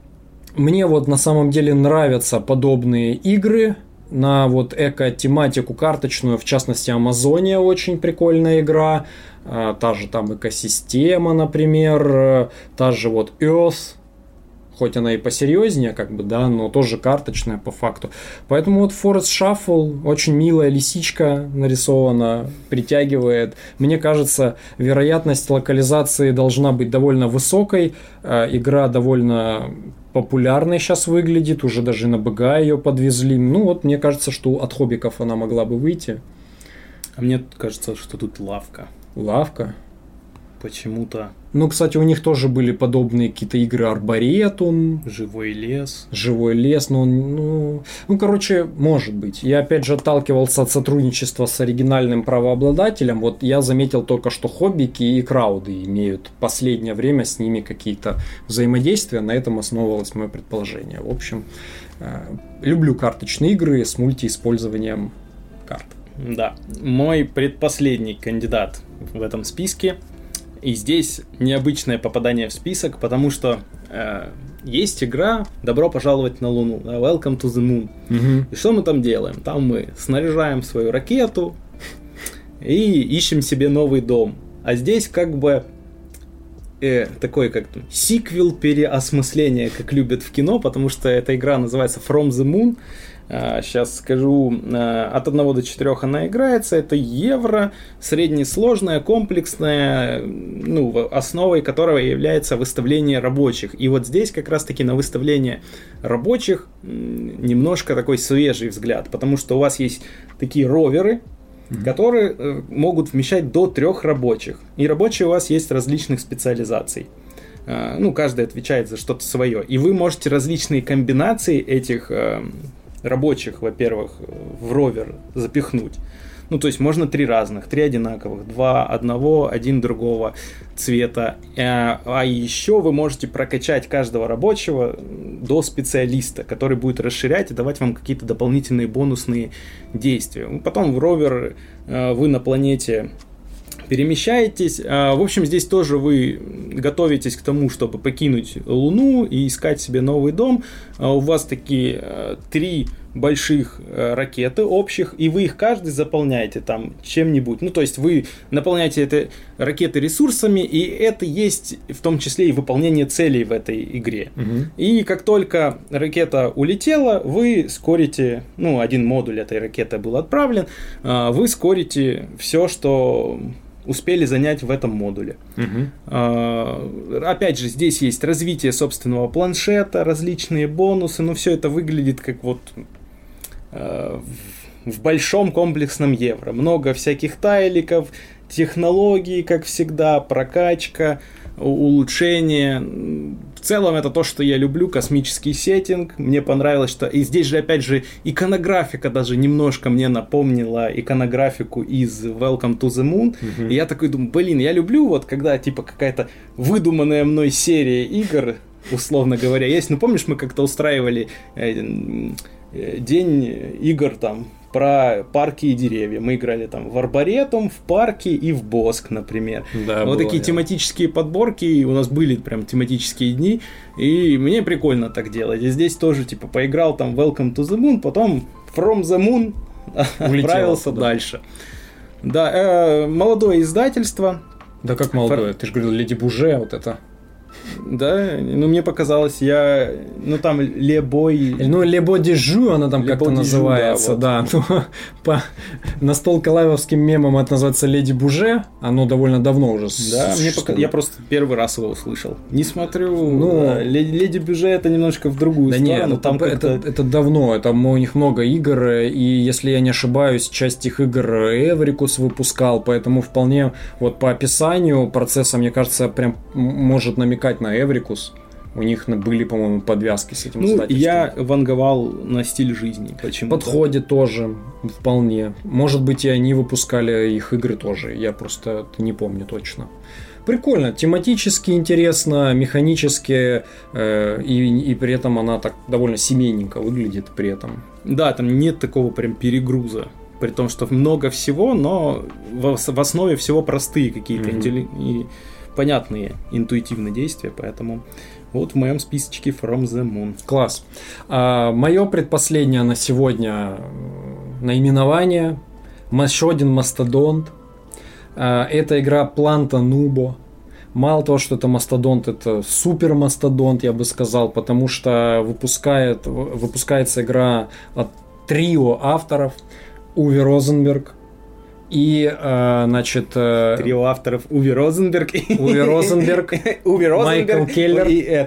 Мне вот на самом деле нравятся подобные игры на вот эко-тематику карточную, в частности, Амазония очень прикольная игра, та же там экосистема, например, та же вот Earth, хоть она и посерьезнее, как бы, да, но тоже карточная по факту. Поэтому вот Forest Shuffle, очень милая лисичка нарисована, притягивает. Мне кажется, вероятность локализации должна быть довольно высокой, игра довольно популярной сейчас выглядит, уже даже на БГ ее подвезли. Ну вот, мне кажется, что от хоббиков она могла бы выйти. А мне кажется, что тут лавка. Лавка? Почему-то. Ну, кстати, у них тоже были подобные какие-то игры Арборетум. Живой лес. Живой лес, ну, короче, может быть. Я, опять же, отталкивался от сотрудничества с оригинальным правообладателем. Вот я заметил только, что хоббики и крауды имеют в последнее время с ними какие-то взаимодействия. На этом основывалось мое предположение. В общем, люблю карточные игры с мультииспользованием карт. Да, мой предпоследний кандидат в этом списке. И здесь необычное попадание в список, потому что есть игра «Добро пожаловать на Луну», «Welcome to the Moon». Угу. И что мы там делаем? Там мы снаряжаем свою ракету и ищем себе новый дом. А здесь как бы такой как сиквел переосмысления, как любят в кино, потому что эта игра называется «From the Moon». Сейчас скажу, от 1 до 4 она играется. Это евро, среднесложная, комплексная, основой которого является выставление рабочих. И вот здесь как раз-таки на выставление рабочих немножко такой свежий взгляд, потому что у вас есть такие роверы, которые могут вмещать до 3 рабочих. И рабочие у вас есть различных специализаций. Каждый отвечает за что-то свое. И вы можете различные комбинации этих рабочих, во-первых, в ровер запихнуть. То есть можно 3 разных, 3 одинаковых, 2 одного, 1 другого цвета. А еще вы можете прокачать каждого рабочего до специалиста, который будет расширять и давать вам какие-то дополнительные бонусные действия. Потом в ровер вы на планете перемещаетесь. В общем, здесь тоже вы готовитесь к тому, чтобы покинуть Луну и искать себе новый дом. У вас такие 3 больших ракеты общих, и вы их каждый заполняете там чем-нибудь. То есть вы наполняете эти ракеты ресурсами, и это есть в том числе и выполнение целей в этой игре. Угу. И как только ракета улетела, вы скорите, один модуль этой ракеты был отправлен, вы скорите все, что успели занять в этом модуле. Опять же, здесь есть развитие собственного планшета, различные бонусы, но все это выглядит как вот в большом комплексном евро. Много всяких тайликов, технологии, как всегда, прокачка, улучшение. В целом это то, что я люблю, космический сеттинг. Мне понравилось, что... И здесь же, опять же, иконографика даже немножко мне напомнила иконографику из Welcome to the Moon. И я такой думаю, блин, я люблю вот когда типа какая-то выдуманная мной серия игр, условно говоря, есть. Ну, помнишь, мы как-то устраивали день игр там про парки и деревья. Мы играли там в Арборетум, в парке и в Боск, например. Да, вот такие тематические подборки, и у нас были прям тематические дни, и мне прикольно так делать. И здесь тоже, типа, поиграл там Welcome to the Moon, потом From the Moon отправился дальше. Да, молодое издательство. Да как молодое? Ты же говорил, Леди Буже, вот это. Да, ну мне показалось, ну там Лебой... Ну, Лебо Дежу, она там как-то называется, да. Вот. Да. По настолкалаевским мемам это называется Леди Буже, оно довольно давно уже существует. Я просто первый раз его услышал. Не смотрю, Леди Буже это немножко в другую сторону. Нет, там это давно, там у них много игр, и если я не ошибаюсь, часть их игр Эврикус выпускал, поэтому вполне вот по описанию процесса, мне кажется, прям может намекать на Эврикус. У них были, по-моему, подвязки с этим издательством. Я ванговал на стиль жизни. Почему-то. Подходит тоже, вполне. Может быть, и они выпускали их игры тоже. Я просто не помню точно. Прикольно, тематически интересно, механически, и при этом она так довольно семейненько выглядит при этом. Да, там нет такого прям перегруза. При том, что много всего, но в основе всего простые какие-то и понятные интуитивные действия, поэтому вот в моем списочке From the Moon. Класс. Мое предпоследнее на сегодня наименование. Еще один мастодонт. Это игра Planta Nubo. Мало того, что это мастодонт, это супер мастодонт, я бы сказал, потому что выпускается игра от трио авторов. Уве Розенберг и, значит... Трио авторов Уве Розенберг, Майкл Келлер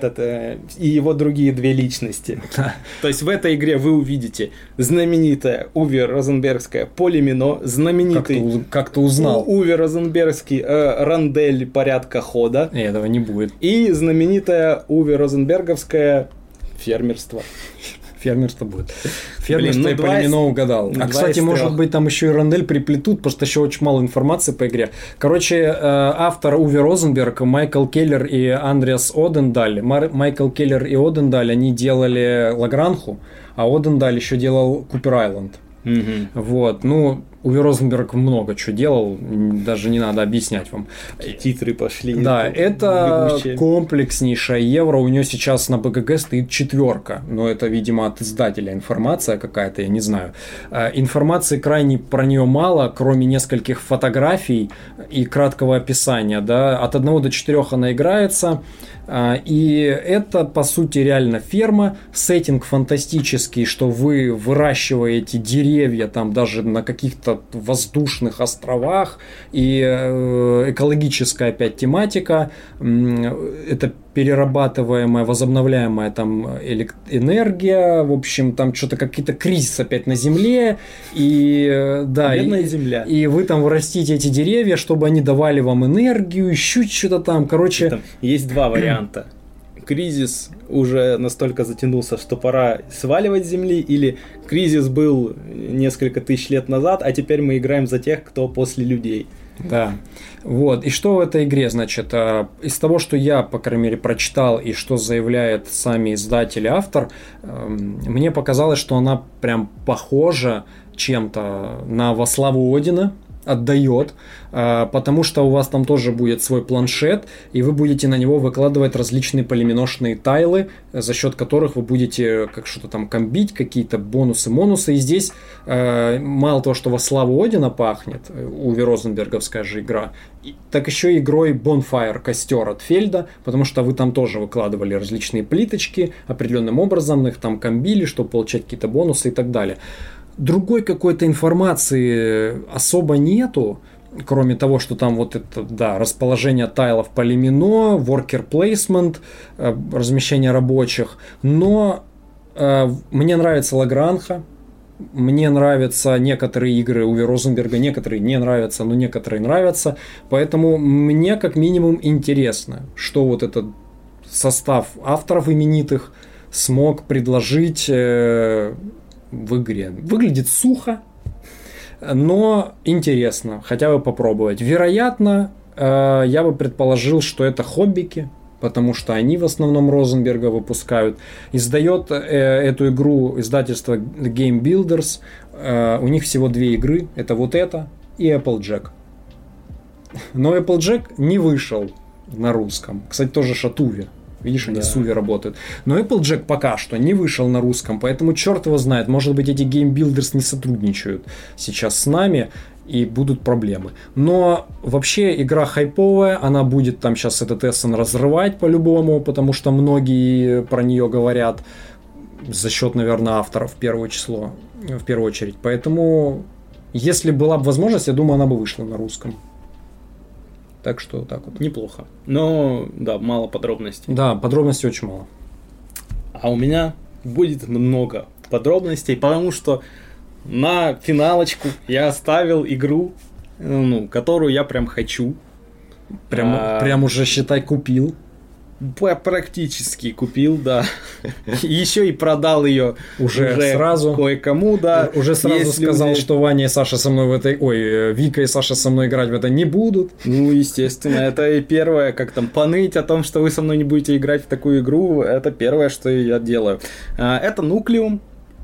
и его другие две личности. То есть в этой игре вы увидите знаменитое Уве Розенбергское полимино, знаменитый как ты узнал Уве Розенбергский рондель порядка хода. Этого не будет. И знаменитое Уве Розенберговское фермерство. Фермерство будет. Фермерство и полимино угадал. Кстати, может быть, там еще и рондель приплетут, потому что еще очень мало информации по игре. Короче, автор Уве Розенберг, Майкл Келлер и Андреас Одендаль. Майкл Келлер и Одендаль, они делали Лагранху, а Одендаль еще делал Купер Айленд. Вот, ну, Уве Розенберг много чего делал, даже не надо объяснять вам. Титры пошли. Да, это бегущие. Комплекснейшая евро, у нее сейчас на БГГ стоит 4, но это, видимо, от издателя информация какая-то, я не знаю. Информации крайне про нее мало, кроме нескольких фотографий и краткого описания, да, от 1 до 4 она играется. И это, по сути, реально ферма, сеттинг фантастический, что вы выращиваете деревья там даже на каких-то воздушных островах, и экологическая опять тематика, это перерабатываемая, возобновляемая там энергия, в общем, там что-то какие-то кризис опять на Земле, и да, бедная Земля. И вы там вырастите эти деревья, чтобы они давали вам энергию, еще что-то там, короче. Там есть два варианта. Кризис уже настолько затянулся, что пора сваливать с Земли, или кризис был несколько тысяч лет назад, а теперь мы играем за тех, кто после людей. Да, вот, и что в этой игре, значит, из того, что я, по крайней мере, прочитал, и что заявляет сами издатель и автор, мне показалось, что она прям похожа чем-то на «Во славу Одина», отдает, потому что у вас там тоже будет свой планшет, и вы будете на него выкладывать различные полиминошные тайлы, за счет которых вы будете как что-то там комбить, какие-то бонусы-монусы. И здесь мало того, что во славу Одина пахнет, Уве Розенберговская же игра, так еще игрой Bonfire, костер от Фельда, потому что вы там тоже выкладывали различные плиточки определенным образом, их там комбили, чтобы получать какие-то бонусы и так далее. Другой какой-то информации особо нету, кроме того, что там вот это, да, расположение тайлов полимино, worker placement, размещение рабочих. Но мне нравится Лагранха, Мне нравятся некоторые игры Уве Розенберга, некоторые не нравятся, но некоторые нравятся. Поэтому мне как минимум интересно, что вот этот состав авторов именитых смог предложить в игре. Выглядит сухо, но интересно, хотя бы попробовать. Вероятно, я бы предположил, что это хоббики, потому что они в основном Розенберга выпускают. Издает эту игру издательство Game Builders. У них всего 2 игры. Это вот это и Applejack. Но Applejack не вышел на русском. Кстати, тоже Шатуве. Видишь, они с Уве работают. Но Applejack пока что не вышел на русском, поэтому черт его знает. Может быть, эти Game Builders не сотрудничают сейчас с нами, и будут проблемы. Но вообще игра хайповая, она будет там сейчас этот Essen разрывать по-любому, потому что многие про нее говорят за счет, наверное, авторов в первую очередь. Поэтому, если была бы возможность, я думаю, она бы вышла на русском. Так что так вот. Неплохо. Но, да, мало подробностей. Да, подробностей очень мало. А у меня будет много подробностей, потому что на финалочку я оставил игру, которую я прям хочу. Прям уже, считай, купил. Практически купил, да. Еще и продал ее уже сразу кое-кому, да. Уже сразу сказал, что Ваня и Саша со мной Вика и Саша со мной играть в это не будут. Ну, естественно, это и первое, как там, поныть о том, что вы со мной не будете играть в такую игру, это первое, что я делаю. Это Nucleum.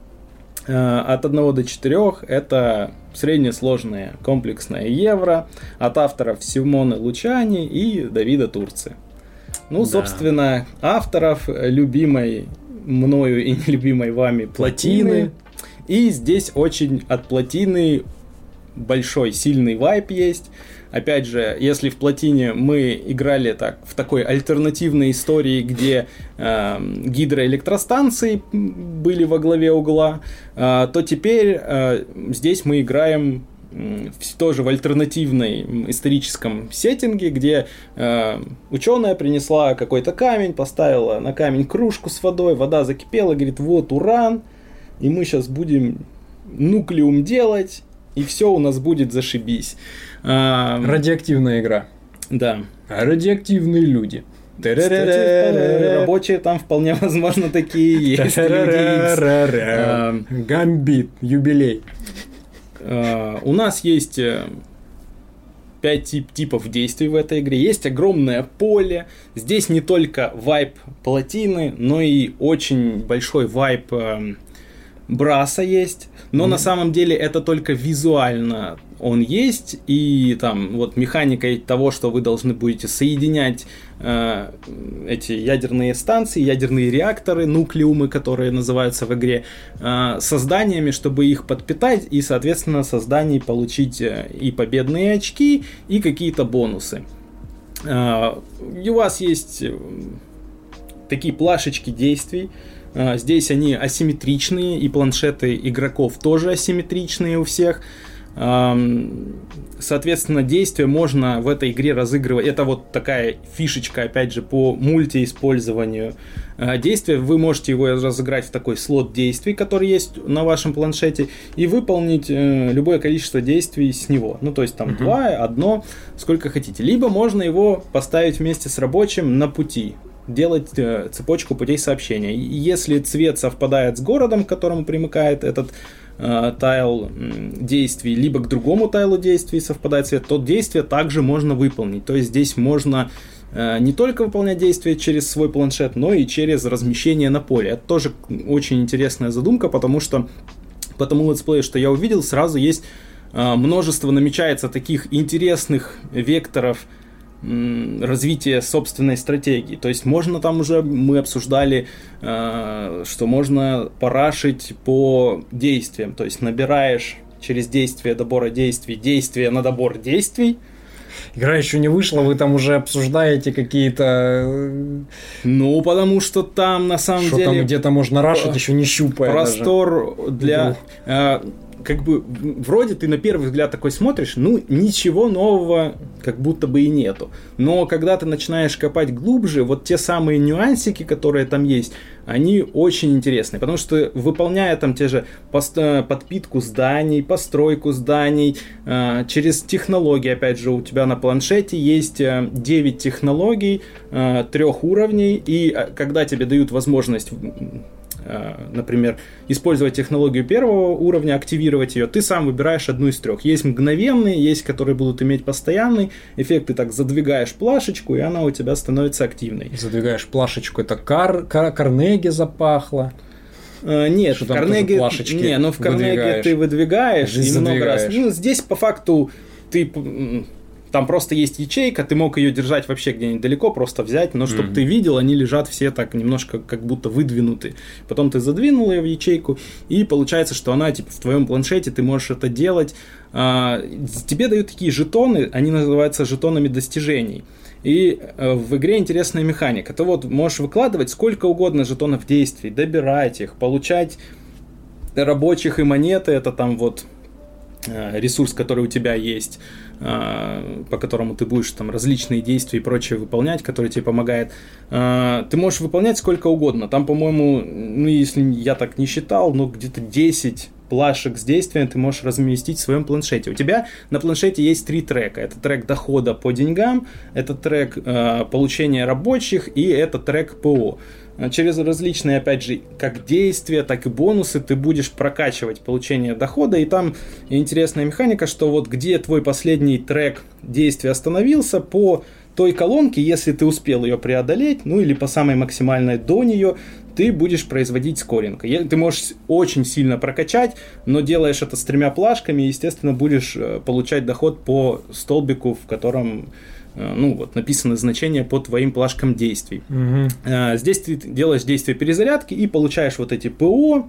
От 1 до 4 это среднесложное комплексное евро от авторов Симоне Лучани и Давида Турци. Ну, собственно, авторов любимой мною и нелюбимой вами Плотины. И здесь очень от Плотины большой, сильный вайп есть. Опять же, если в Плотине мы играли в такой альтернативной истории, где гидроэлектростанции были во главе угла, то теперь здесь мы играем тоже в альтернативном историческом сеттинге, где ученая принесла какой-то камень, поставила на камень кружку с водой, вода закипела, говорит, вот уран, и мы сейчас будем нуклеум делать, и все у нас будет зашибись. Радиоактивная игра. Да. Радиоактивные люди. Кстати, рабочие там вполне возможно такие есть. Гамбит, юбилей. У нас есть 5 типов действий в этой игре. Есть огромное поле. Здесь не только вайп Плотины, но и очень большой вайп Браса есть. Но на самом деле это только визуально он есть. И там вот механика того, что вы должны будете соединять эти ядерные станции, ядерные реакторы, нуклеумы, которые называются в игре, созданиями, чтобы их подпитать и, соответственно, созданий получить и победные очки, и какие-то бонусы. И у вас есть такие плашечки действий. Здесь они асимметричные, и планшеты игроков тоже асимметричные у всех. Соответственно, действия можно в этой игре разыгрывать. Это вот такая фишечка, опять же, по мультииспользованию действия. Вы можете его разыграть в такой слот действий, который есть на вашем планшете, и выполнить любое количество действий с него. Ну, то есть там 2, 1, сколько хотите. Либо можно его поставить вместе с рабочим на пути. Делать цепочку путей сообщения. И если цвет совпадает с городом, к которому примыкает этот тайл действий, либо к другому тайлу действий совпадает цвет, то действие также можно выполнить. То есть здесь можно не только выполнять действия через свой планшет, но и через размещение на поле. Это тоже очень интересная задумка, потому что по тому летсплею, что я увидел, сразу есть множество, намечается таких интересных векторов развития собственной стратегии. То есть можно там уже, мы обсуждали, что можно парашить по действиям. То есть набираешь через действие добора действий действия на добор действий. Игра еще не вышла, вы там уже обсуждаете какие-то... Ну, потому что там на самом деле... Что там где-то можно рашить, еще не щупая простор даже. для... как бы вроде ты на первый взгляд такой смотришь, ну ничего нового как будто бы и нету. Но когда ты начинаешь копать глубже, вот те самые нюансики, которые там есть, они очень интересны, потому что выполняя там те же подпитку зданий, постройку зданий, через технологии, опять же, у тебя на планшете есть 9 технологий 3 уровней, и когда тебе дают возможность, например, использовать технологию 1 уровня, активировать ее, ты сам выбираешь одну из 3. Есть мгновенные, есть, которые будут иметь постоянный эффект. Ты так задвигаешь плашечку, и она у тебя становится активной. Задвигаешь плашечку, это Карнеги запахло. Нет, в Карнеги... Не, но в Карнеги ты выдвигаешь и много раз. Ну, здесь по факту ты... Там просто есть ячейка, ты мог ее держать вообще где-нибудь далеко, просто взять, но чтобы ты видел, они лежат все так немножко как будто выдвинуты. Потом ты задвинул ее в ячейку, и получается, что она типа в твоем планшете, ты можешь это делать. Тебе дают такие жетоны, они называются жетонами достижений. И в игре интересная механика. Ты вот можешь выкладывать сколько угодно жетонов действий, добирать их, получать рабочих и монеты, это там вот ресурс, который у тебя есть, по которому ты будешь там различные действия и прочее выполнять, который тебе помогает. Ты можешь выполнять сколько угодно. Там, по-моему, ну, если я так не считал, ну, где-то 10 плашек с действием ты можешь разместить в своем планшете. У тебя на планшете есть 3 трека. Это трек дохода по деньгам, это трек получения рабочих и это трек ПО. Через различные, опять же, как действия, так и бонусы ты будешь прокачивать получение дохода. И там интересная механика, что вот где твой последний трек действия остановился, по той колонке, если ты успел ее преодолеть, ну или по самой максимальной до нее, ты будешь производить скоринг. Ты можешь очень сильно прокачать, но делаешь это с 3 плашками, и, естественно, будешь получать доход по столбику, в котором... ну вот, написано значение по твоим плашкам действий. Здесь ты делаешь действие перезарядки и получаешь вот эти ПО,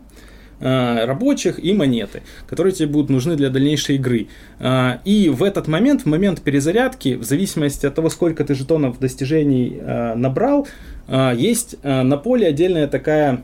рабочих и монеты, которые тебе будут нужны для дальнейшей игры. И в этот момент, в момент перезарядки, в зависимости от того, сколько ты жетонов достижений набрал, есть на поле отдельная такая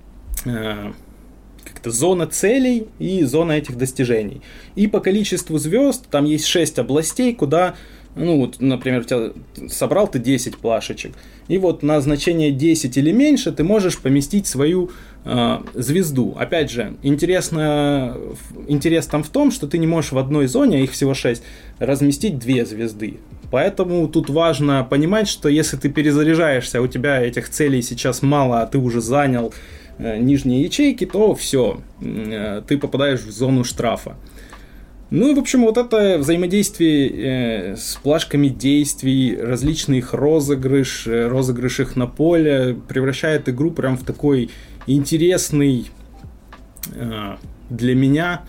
как-то зона целей и зона этих достижений. И по количеству звезд там есть 6 областей, куда... Ну, вот, например, у тебя собрал ты 10 плашечек, и вот на значение 10 или меньше ты можешь поместить свою звезду. Опять же, интерес там в том, что ты не можешь в одной зоне, а их всего 6, разместить 2 звезды. Поэтому тут важно понимать, что если ты перезаряжаешься, у тебя этих целей сейчас мало, а ты уже занял нижние ячейки, то все, ты попадаешь в зону штрафа. Ну и, в общем, вот это взаимодействие с плашками действий, различный их розыгрыш их на поле превращает игру прям в такой интересный для меня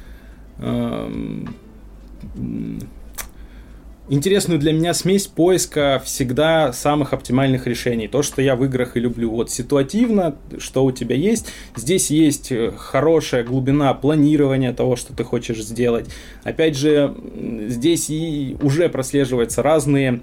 интересную для меня смесь поиска всегда самых оптимальных решений. То, что я в играх и люблю. Вот ситуативно, что у тебя есть. Здесь есть хорошая глубина планирования того, что ты хочешь сделать. Опять же, здесь и уже прослеживаются разные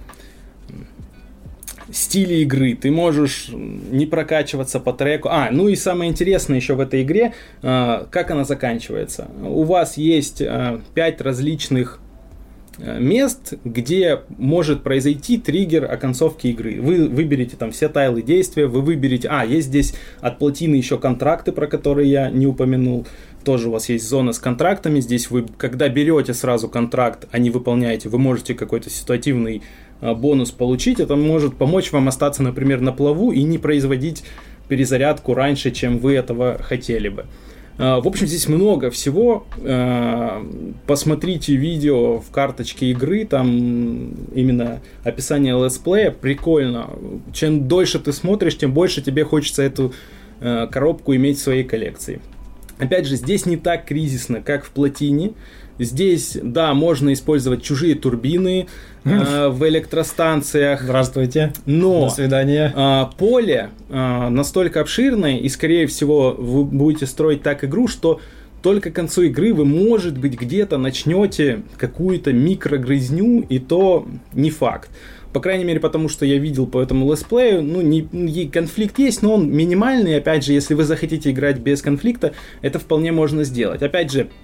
стили игры. Ты можешь не прокачиваться по треку. Ну и самое интересное еще в этой игре, как она заканчивается. У вас есть 5 различных мест, где может произойти триггер оконцовки игры. Вы выберете там все тайлы действия, вы выберете... есть здесь от плотины еще контракты, про которые я не упомянул. Тоже у вас есть зона с контрактами. Здесь вы, когда берете сразу контракт, а не выполняете, вы можете какой-то ситуативный бонус получить. Это может помочь вам остаться, например, на плаву и не производить перезарядку раньше, чем вы этого хотели бы. В общем, здесь много всего. Посмотрите видео в карточке игры, там именно описание летсплея, прикольно. Чем дольше ты смотришь, тем больше тебе хочется эту коробку иметь в своей коллекции. Опять же, здесь не так кризисно, как в Плотине. Здесь, да, можно использовать чужие турбины в электростанциях. Здравствуйте. Но до свидания. Поле настолько обширное, и, скорее всего, вы будете строить так игру, что только к концу игры вы, может быть, где-то начнете какую-то микрогрызню, и то не факт. По крайней мере, потому что я видел по этому летсплею, конфликт есть, но он минимальный. Опять же, если вы захотите играть без конфликта, это вполне можно сделать. Опять же,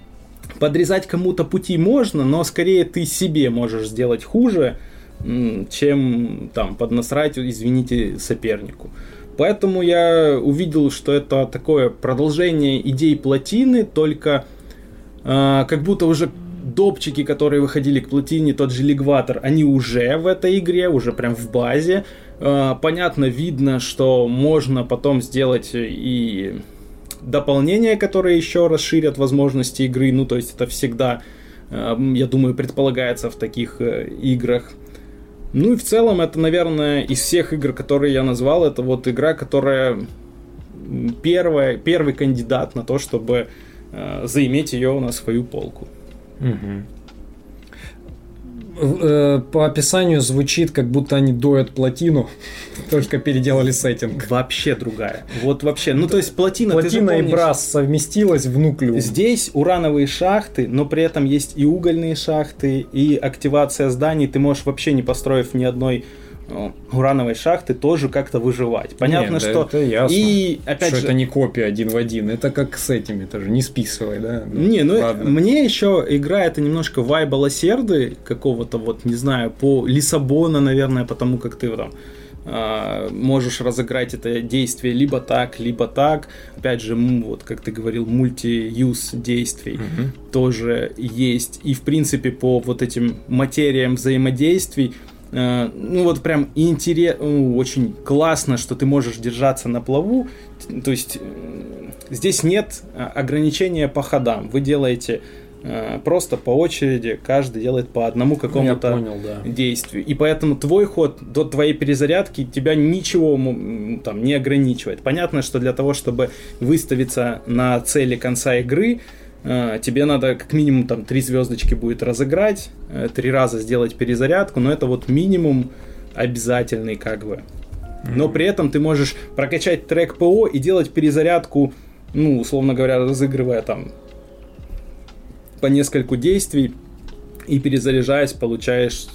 подрезать кому-то пути можно, но скорее ты себе можешь сделать хуже, чем там поднасрать, извините, сопернику. Поэтому я увидел, что это такое продолжение идей плотины, только как будто уже допчики, которые выходили к плотине, тот же лигватор, они уже в этой игре, уже прям в базе. Понятно, видно, что можно потом сделать и дополнения, которые еще расширят возможности игры. Ну, то есть это всегда, я думаю, предполагается в таких играх. Ну и в целом это, наверное, из всех игр, которые я назвал, это вот игра, которая первый кандидат на то, чтобы заиметь ее на свою полку. По описанию звучит, как будто они доят плотину, только переделали сеттинг. Вообще другая. Вот вообще. Ну, то есть плотина ты же помнишь, и брас совместилась в нуклеум. Здесь урановые шахты, но при этом есть и угольные шахты, и активация зданий. Ты можешь вообще, не построив ни одной урановой шахты, тоже как-то выживать. Понятно, что... это ясно. И, опять что же... это не копия один в один. Это как с этими тоже. Не списывай, да? Мне еще игра это немножко вайба Лассерды какого-то, вот, не знаю, по Лиссабона, наверное, потому как ты там можешь разыграть это действие либо так. Опять же, вот как ты говорил, мульти-юз действий тоже есть. И, в принципе, по вот этим материям взаимодействий ну вот прям очень классно, что ты можешь держаться на плаву. То есть здесь нет ограничения по ходам. Вы делаете просто по очереди, каждый делает по одному какому-то действию. И поэтому твой ход до твоей перезарядки тебя ничего там не ограничивает. Понятно, что для того, чтобы выставиться на цели конца игры, тебе надо как минимум там 3 звездочки будет разыграть, 3 раза сделать перезарядку, но это вот минимум обязательный как бы. Но при этом ты можешь прокачать трек ПО и делать перезарядку, ну, условно говоря, разыгрывая там по нескольку действий и перезаряжаясь, получаешь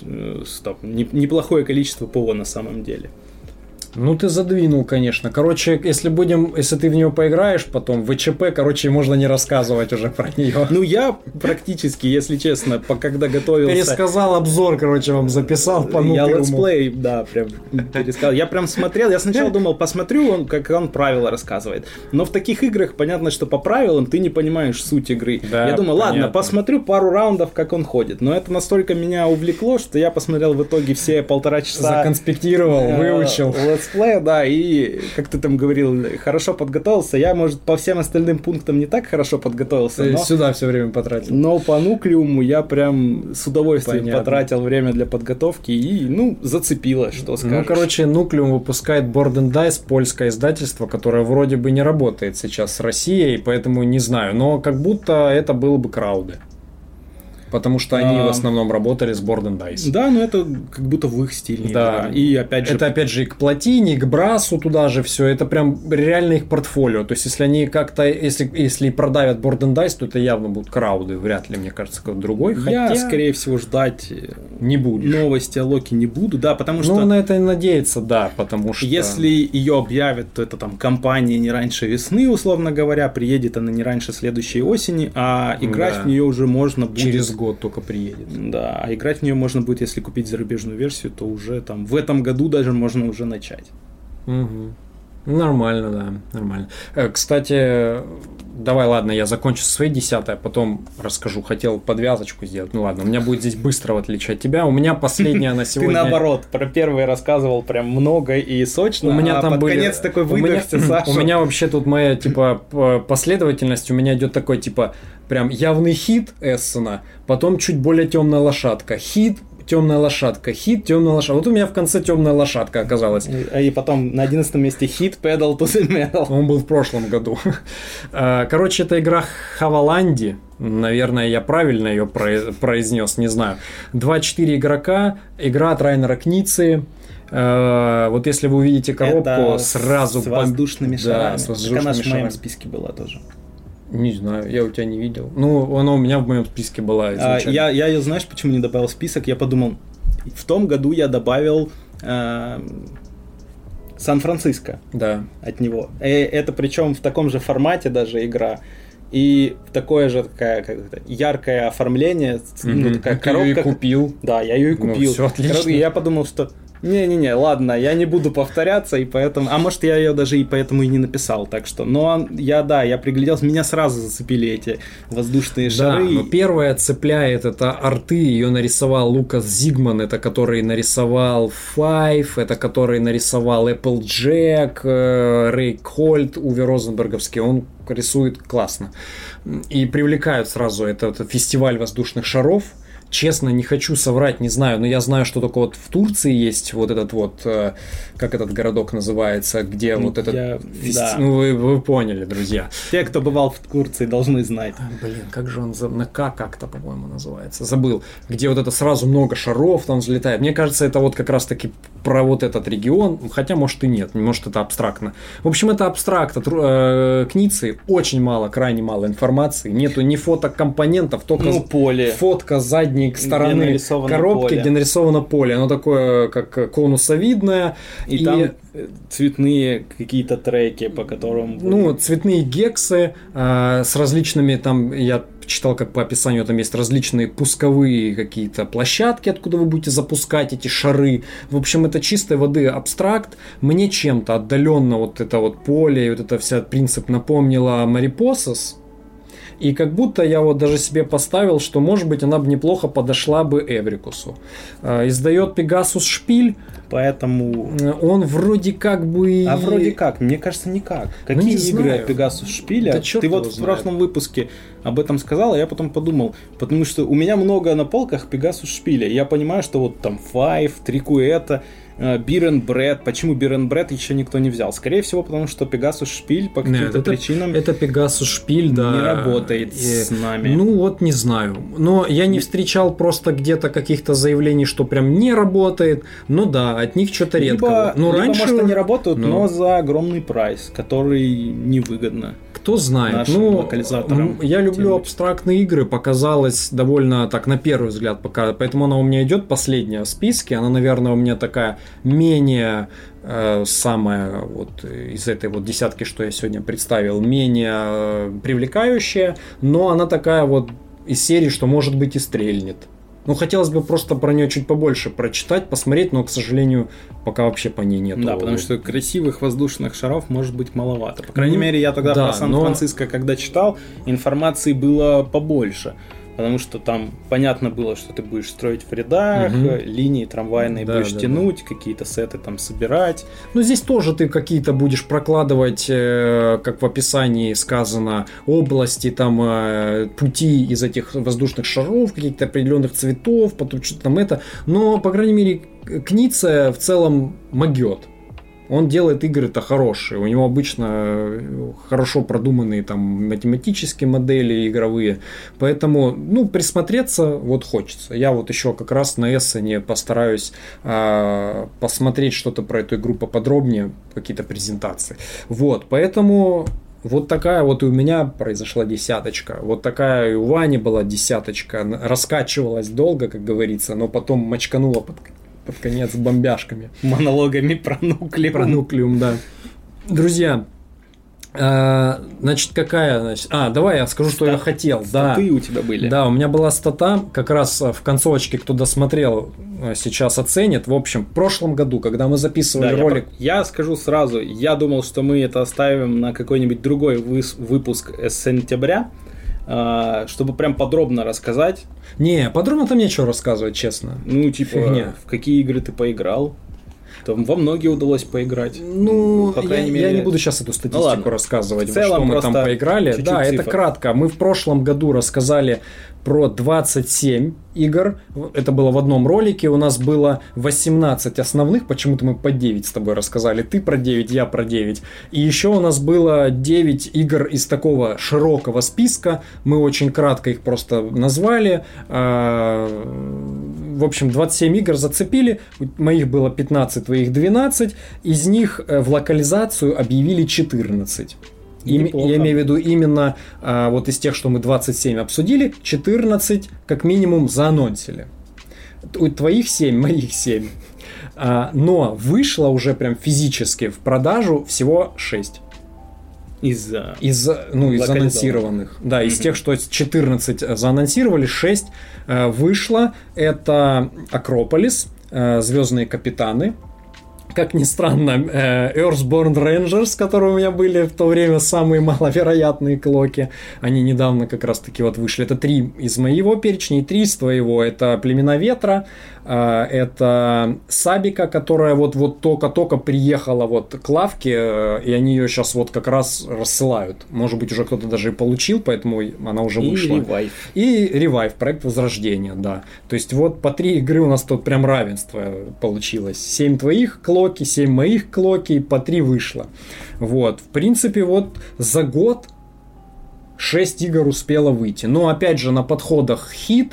неплохое количество ПО на самом деле. Ну, ты задвинул, конечно. Короче, если ты в нее поиграешь потом, в ВЧП, короче, можно не рассказывать уже про нее. Ну, я практически, если честно, когда готовился... Пересказал обзор, короче, вам записал по нуклеуму. Я летсплей, да, прям пересказал. Я прям смотрел, я сначала думал, посмотрю, как он правила рассказывает. Но в таких играх понятно, что по правилам ты не понимаешь суть игры. Да, я думаю, ладно, посмотрю пару раундов, как он ходит. Но это настолько меня увлекло, что я посмотрел в итоге все 1,5 часа. Законспектировал, выучил. Летсплея, да, и, как ты там говорил, хорошо подготовился. Я, может, по всем остальным пунктам не так хорошо подготовился. Но сюда все время потратил. Но по нуклеуму я прям с удовольствием потратил время для подготовки и, ну, зацепило, что скажешь. Ну, короче, Нуклеум выпускает Board and Dice, польское издательство, которое вроде бы не работает сейчас с Россией, поэтому не знаю. Но как будто это было бы крауды. Потому что они в основном работали с Board and Dice. Да, но это как будто в их стиле. Да. И опять же... Это опять же и к плотине, и к брасу туда же все. Это прям реально их портфолио. То есть, если они как-то... Если продавят Board and Dice, то это явно будут крауды. Вряд ли, мне кажется, какой-то другой. Я, скорее всего, ждать не буду. Новости о Локи не буду. Да, потому что... Ну, на это и надеяться, да. Потому что... Если ее объявят, то это там компания не раньше весны, условно говоря. Приедет она не раньше следующей осени. А играть в нее уже можно будет... Через год только приедет. Да, а играть в нее можно будет, если купить зарубежную версию, то уже там в этом году даже можно уже начать. Угу. Нормально, да, нормально. Кстати, давай, ладно, я закончу со своей 10-й, а потом расскажу. Хотел подвязочку сделать. Ну ладно, у меня будет здесь быстро, в отличие от тебя. У меня последняя на сегодня... Ты наоборот, про первый рассказывал прям много и сочно, у меня там под конец такой выдохся, Саша. У меня вообще тут моя, типа, последовательность, у меня идет такой, типа, прям явный хит Эссена, потом чуть более темная лошадка, хит, темная лошадка, хит, темная лошадка. Вот у меня в конце темная лошадка оказалась. И потом на 11 месте хит, Pedal to the Metal. Он был в прошлом году. Короче, это игра Хаваланди. Наверное, я правильно ее произнес, не знаю. 2-4 игрока, игра от Райнера Кницы. Вот если вы увидите коробку, это сразу... с воздушными шарами. Да, с воздушными так она шарами. в моем списке была тоже. Не знаю, я у тебя не видел. Ну, она у меня в моем списке была изначально. Я ее, знаешь, почему не добавил в список? Я подумал, в том году я добавил Сан-Франциско да. от него. Это причем в таком же формате даже игра. и такое же яркое оформление, такая Ты коробка. ее и купил. Да, я ее и купил. Все отлично. И я подумал, что не-не-не, ладно, я не буду повторяться, и поэтому... А может, я ее даже и поэтому и не написал, так что... Но я пригляделся, меня сразу зацепили эти воздушные шары. Да, но первая цепляет это арты, ее нарисовал Лукас Зигман, это который нарисовал Five, это который нарисовал Applejack, Рэй Хольт, Уве Розенберговский, он рисует классно. И привлекают сразу этот фестиваль воздушных шаров. Честно, не хочу соврать, не знаю, но я знаю, что только вот в Турции есть вот этот вот, как этот городок называется, где вот этот... Да. Ну, вы поняли, друзья. Те, кто бывал в Турции, должны знать. Блин, как же он на К как-то, по-моему, называется. Забыл. Где вот это сразу много шаров там взлетает. Мне кажется, это вот как раз-таки про вот этот регион, хотя, может, и нет, может, это абстрактно. В общем, это абстракт от Кницы, очень мало, крайне мало информации, нету ни фоток компонентов, только поле. Фотка задней стороны коробки, где нарисовано поле. Оно такое, как конусовидное. И там цветные какие-то треки, по которым... Ну, цветные гексы с различными, там, я читал, как по описанию, там есть различные пусковые какие-то площадки, откуда вы будете запускать эти шары. В общем, это чистой воды абстракт. Мне чем-то отдаленно вот это вот поле и вот это вся принцип напомнила Mariposas. И как будто я вот даже себе поставил, что, может быть, она бы неплохо подошла бы Эврикусу. Издает Pegasus Шпиль. Поэтому... Он вроде как бы... А вроде как? Мне кажется, никак. Какие игры от Pegasus Шпиля? Да ты вот в прошлом выпуске об этом сказал, а я потом подумал. Потому что у меня много на полках Pegasus Шпиля. Я понимаю, что вот там Five, Трикуэта, Beer and Bread. Почему Beer and Bread еще никто не взял? Скорее всего, потому что Pegasus Шпиль по каким-то причинам это Pegasus Шпиль, да, не работает с нами. Ну вот не знаю. Но я не встречал просто где-то каких-то заявлений, что прям не работает. Ну да, от них что-то редко. Либо, может, они работают, но за огромный прайс, который невыгодно. Кто знает. Локализаторам. Я люблю абстрактные игры. Показалось довольно так на первый взгляд. Поэтому она у меня идет последняя в списке. Она, наверное, у меня такая менее самая вот из этой вот десятки, что я сегодня представил, менее привлекающая, но она такая вот из серии, что может быть и стрельнет. Ну, хотелось бы просто про нее чуть побольше прочитать, посмотреть, но, к сожалению, пока вообще по ней нету. Да, потому что красивых воздушных шаров может быть маловато. По крайней мере, я тогда про Сан-Франциско, когда читал, информации было побольше. Потому что там понятно было, что ты будешь строить в рядах, линии трамвайные будешь тянуть, какие-то сеты там собирать. Ну, здесь тоже ты какие-то будешь прокладывать, как в описании сказано, области, там, пути из этих воздушных шаров, каких-то определенных цветов, потом что-то там это. Но, по крайней мере, Кница в целом могет. Он делает игры-то хорошие. У него обычно хорошо продуманные там математические модели игровые. Поэтому, присмотреться вот хочется. Я вот еще как раз на Эссене постараюсь посмотреть что-то про эту игру поподробнее, какие-то презентации. Вот, поэтому... Вот такая вот и у меня произошла десяточка. Вот такая и у Вани была десяточка. Раскачивалась долго, как говорится, но потом мочканула под конец бомбяшками. Монологами про нуклеум. Про нуклеум, да. Друзья, значит, какая... давай я скажу, что я хотел. Статы у тебя были. Да, у меня была стата, как раз в концовочке, кто досмотрел, сейчас оценит. В общем, в прошлом году, когда мы записывали ролик... Я скажу сразу, я думал, что мы это оставим на какой-нибудь другой выпуск сентября, чтобы прям подробно рассказать. Не, подробно там нечего рассказывать, честно. Фигня. В какие игры ты поиграл? Там во многие удалось поиграть. По крайней мере... Я не буду сейчас эту статистику рассказывать, во что мы там поиграли. Да, это кратко. Мы в прошлом году рассказали про 27 игр. Это было в одном ролике. У нас было 18 основных. Почему-то мы по 9 с тобой рассказали. Ты про 9, я про 9. И еще у нас было 9 игр из такого широкого списка. Мы очень кратко их просто назвали. В общем, 27 игр зацепили. Моих было 15, твоих 12. Из них в локализацию объявили 14. Я имею в виду именно вот из тех, что мы 27 обсудили, 14 как минимум заанонсили. У твоих 7, моих 7. Но вышло уже прям физически в продажу всего 6. Из анонсированных. Да, из тех, что 14 заанонсировали, 6 вышло. Это Акрополис, Звездные капитаны. Как ни странно, Earthborn Rangers, которые у меня были в то время самые маловероятные клоки, они недавно как раз-таки вот вышли. Это 3 из моего перечня и 3 из твоего. Это Племена Ветра, это Сабика, которая вот только-только приехала вот к лавке, и они ее сейчас вот как раз рассылают. Может быть, уже кто-то даже и получил, поэтому она уже вышла. И Revive, проект Возрождения, да. То есть вот по 3 игры у нас тут прям равенство получилось. 7 твоих клоки, 7 моих клоки, и по 3 вышло. Вот, в принципе, вот за год 6 игр успело выйти. Но опять же на подходах хит...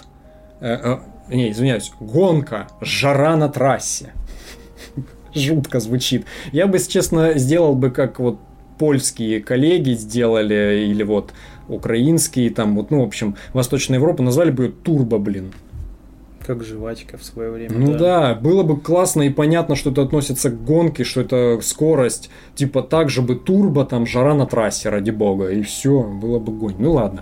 гонка, жара на трассе. Жутко звучит. Я бы, если честно, сделал бы, как вот польские коллеги сделали, или вот украинские, там вот, ну, в общем, Восточная Европа, назвали бы ее турбо, блин. Как жвачка в свое время. Ну да, было бы классно и понятно, что это относится к гонке, что это скорость, типа так же бы турбо, там жара на трассе, ради бога, и все, было бы гонь. Ну ладно.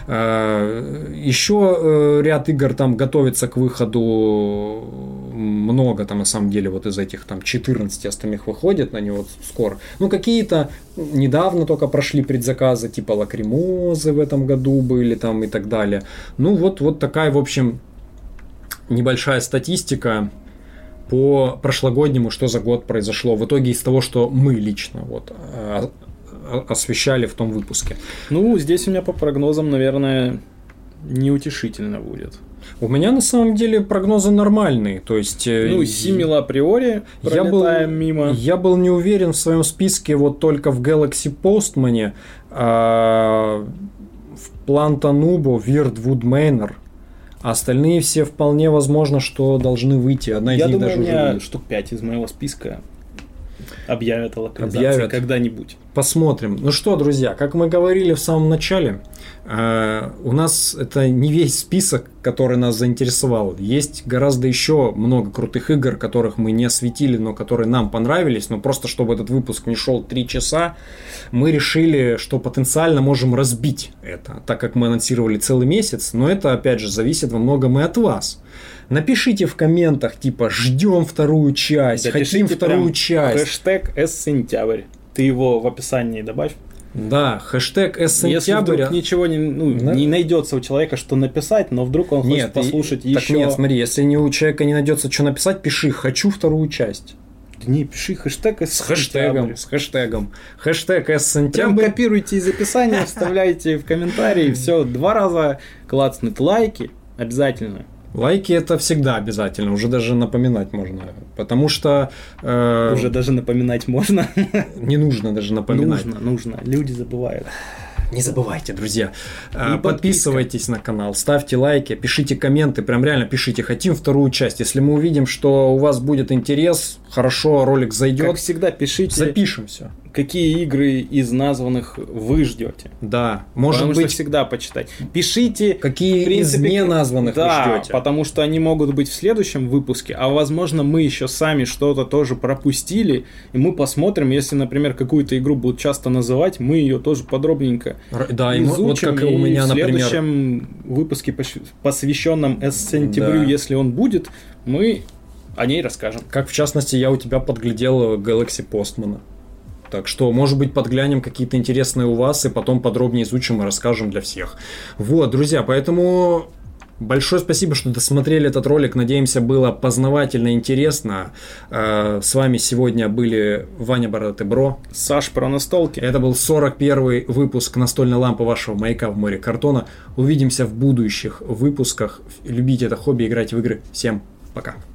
Еще ряд игр там готовится к выходу, много там на самом деле вот из этих там 14 остальных выходит на него скоро. Ну какие-то недавно только прошли предзаказы, типа Лакримозы в этом году были там и так далее. Ну вот такая, в общем... Небольшая статистика по прошлогоднему, что за год произошло. В итоге из того, что мы лично вот освещали в том выпуске. Ну, здесь у меня по прогнозам, наверное, неутешительно будет. У меня на самом деле прогнозы нормальные. То есть, симила априори пролетаем мимо. Я был не уверен в своем списке вот только в Galaxy Postman, в Planta Nubo, Weird Wood Manor. А остальные все вполне возможно, что должны выйти. Одна из них даже уже. Я думаю, штук 5 из моего списка объявят о локализации когда-нибудь. Посмотрим. Ну что, друзья, как мы говорили в самом начале, у нас это не весь список, который нас заинтересовал. Есть гораздо еще много крутых игр, которых мы не осветили, но которые нам понравились. Но просто чтобы этот выпуск не шел 3 часа, мы решили, что потенциально можем разбить это, так как мы анонсировали целый месяц. Но это, опять же, зависит во многом и от вас. Напишите в комментах, типа, ждем вторую часть, хотим вторую часть. Хэштег #сентябрь. Ты его в описании добавь. Да, хэштег #сентябрь. Если вдруг ничего не найдется у человека, что написать, но вдруг он хочет послушать еще... Так нет, смотри, если у человека не найдется, что написать, пиши «хочу вторую часть». Не, пиши хэштег с хэштегом. Хэштег #сентябрь. Прям копируйте из описания, вставляйте в комментарии. Все, 2 раза клацнуть лайки обязательно. Лайки это всегда обязательно, уже даже напоминать можно, потому что... Уже даже напоминать можно? Не нужно даже напоминать. Нужно, люди забывают. Не забывайте, друзья. Подписывайтесь на канал, ставьте лайки, пишите комменты, прям реально пишите, хотим вторую часть. Если мы увидим, что у вас будет интерес, хорошо, ролик зайдет. Как всегда, пишите. Запишем все. Какие игры из названных вы ждете. Да, может быть. Что всегда почитать. Пишите. Какие из неназванных вы ждете. Потому что они могут быть в следующем выпуске, а возможно мы еще сами что-то тоже пропустили, и мы посмотрим, если, например, какую-то игру будут часто называть, мы ее тоже подробненько изучим, вот как у меня, в следующем выпуске, посвященном сентябрю, если он будет, мы о ней расскажем. Как, в частности, я у тебя подглядел Galaxy Postman. Так что, может быть, подглянем какие-то интересные у вас, и потом подробнее изучим и расскажем для всех. Вот, друзья, поэтому большое спасибо, что досмотрели этот ролик. Надеемся, было познавательно и интересно. С вами сегодня были Ваня Бородатый Бро, Саш про настолки. Это был 41-й выпуск настольной лампы вашего маяка в море картона. Увидимся в будущих выпусках. Любите это хобби, играйте в игры. Всем пока.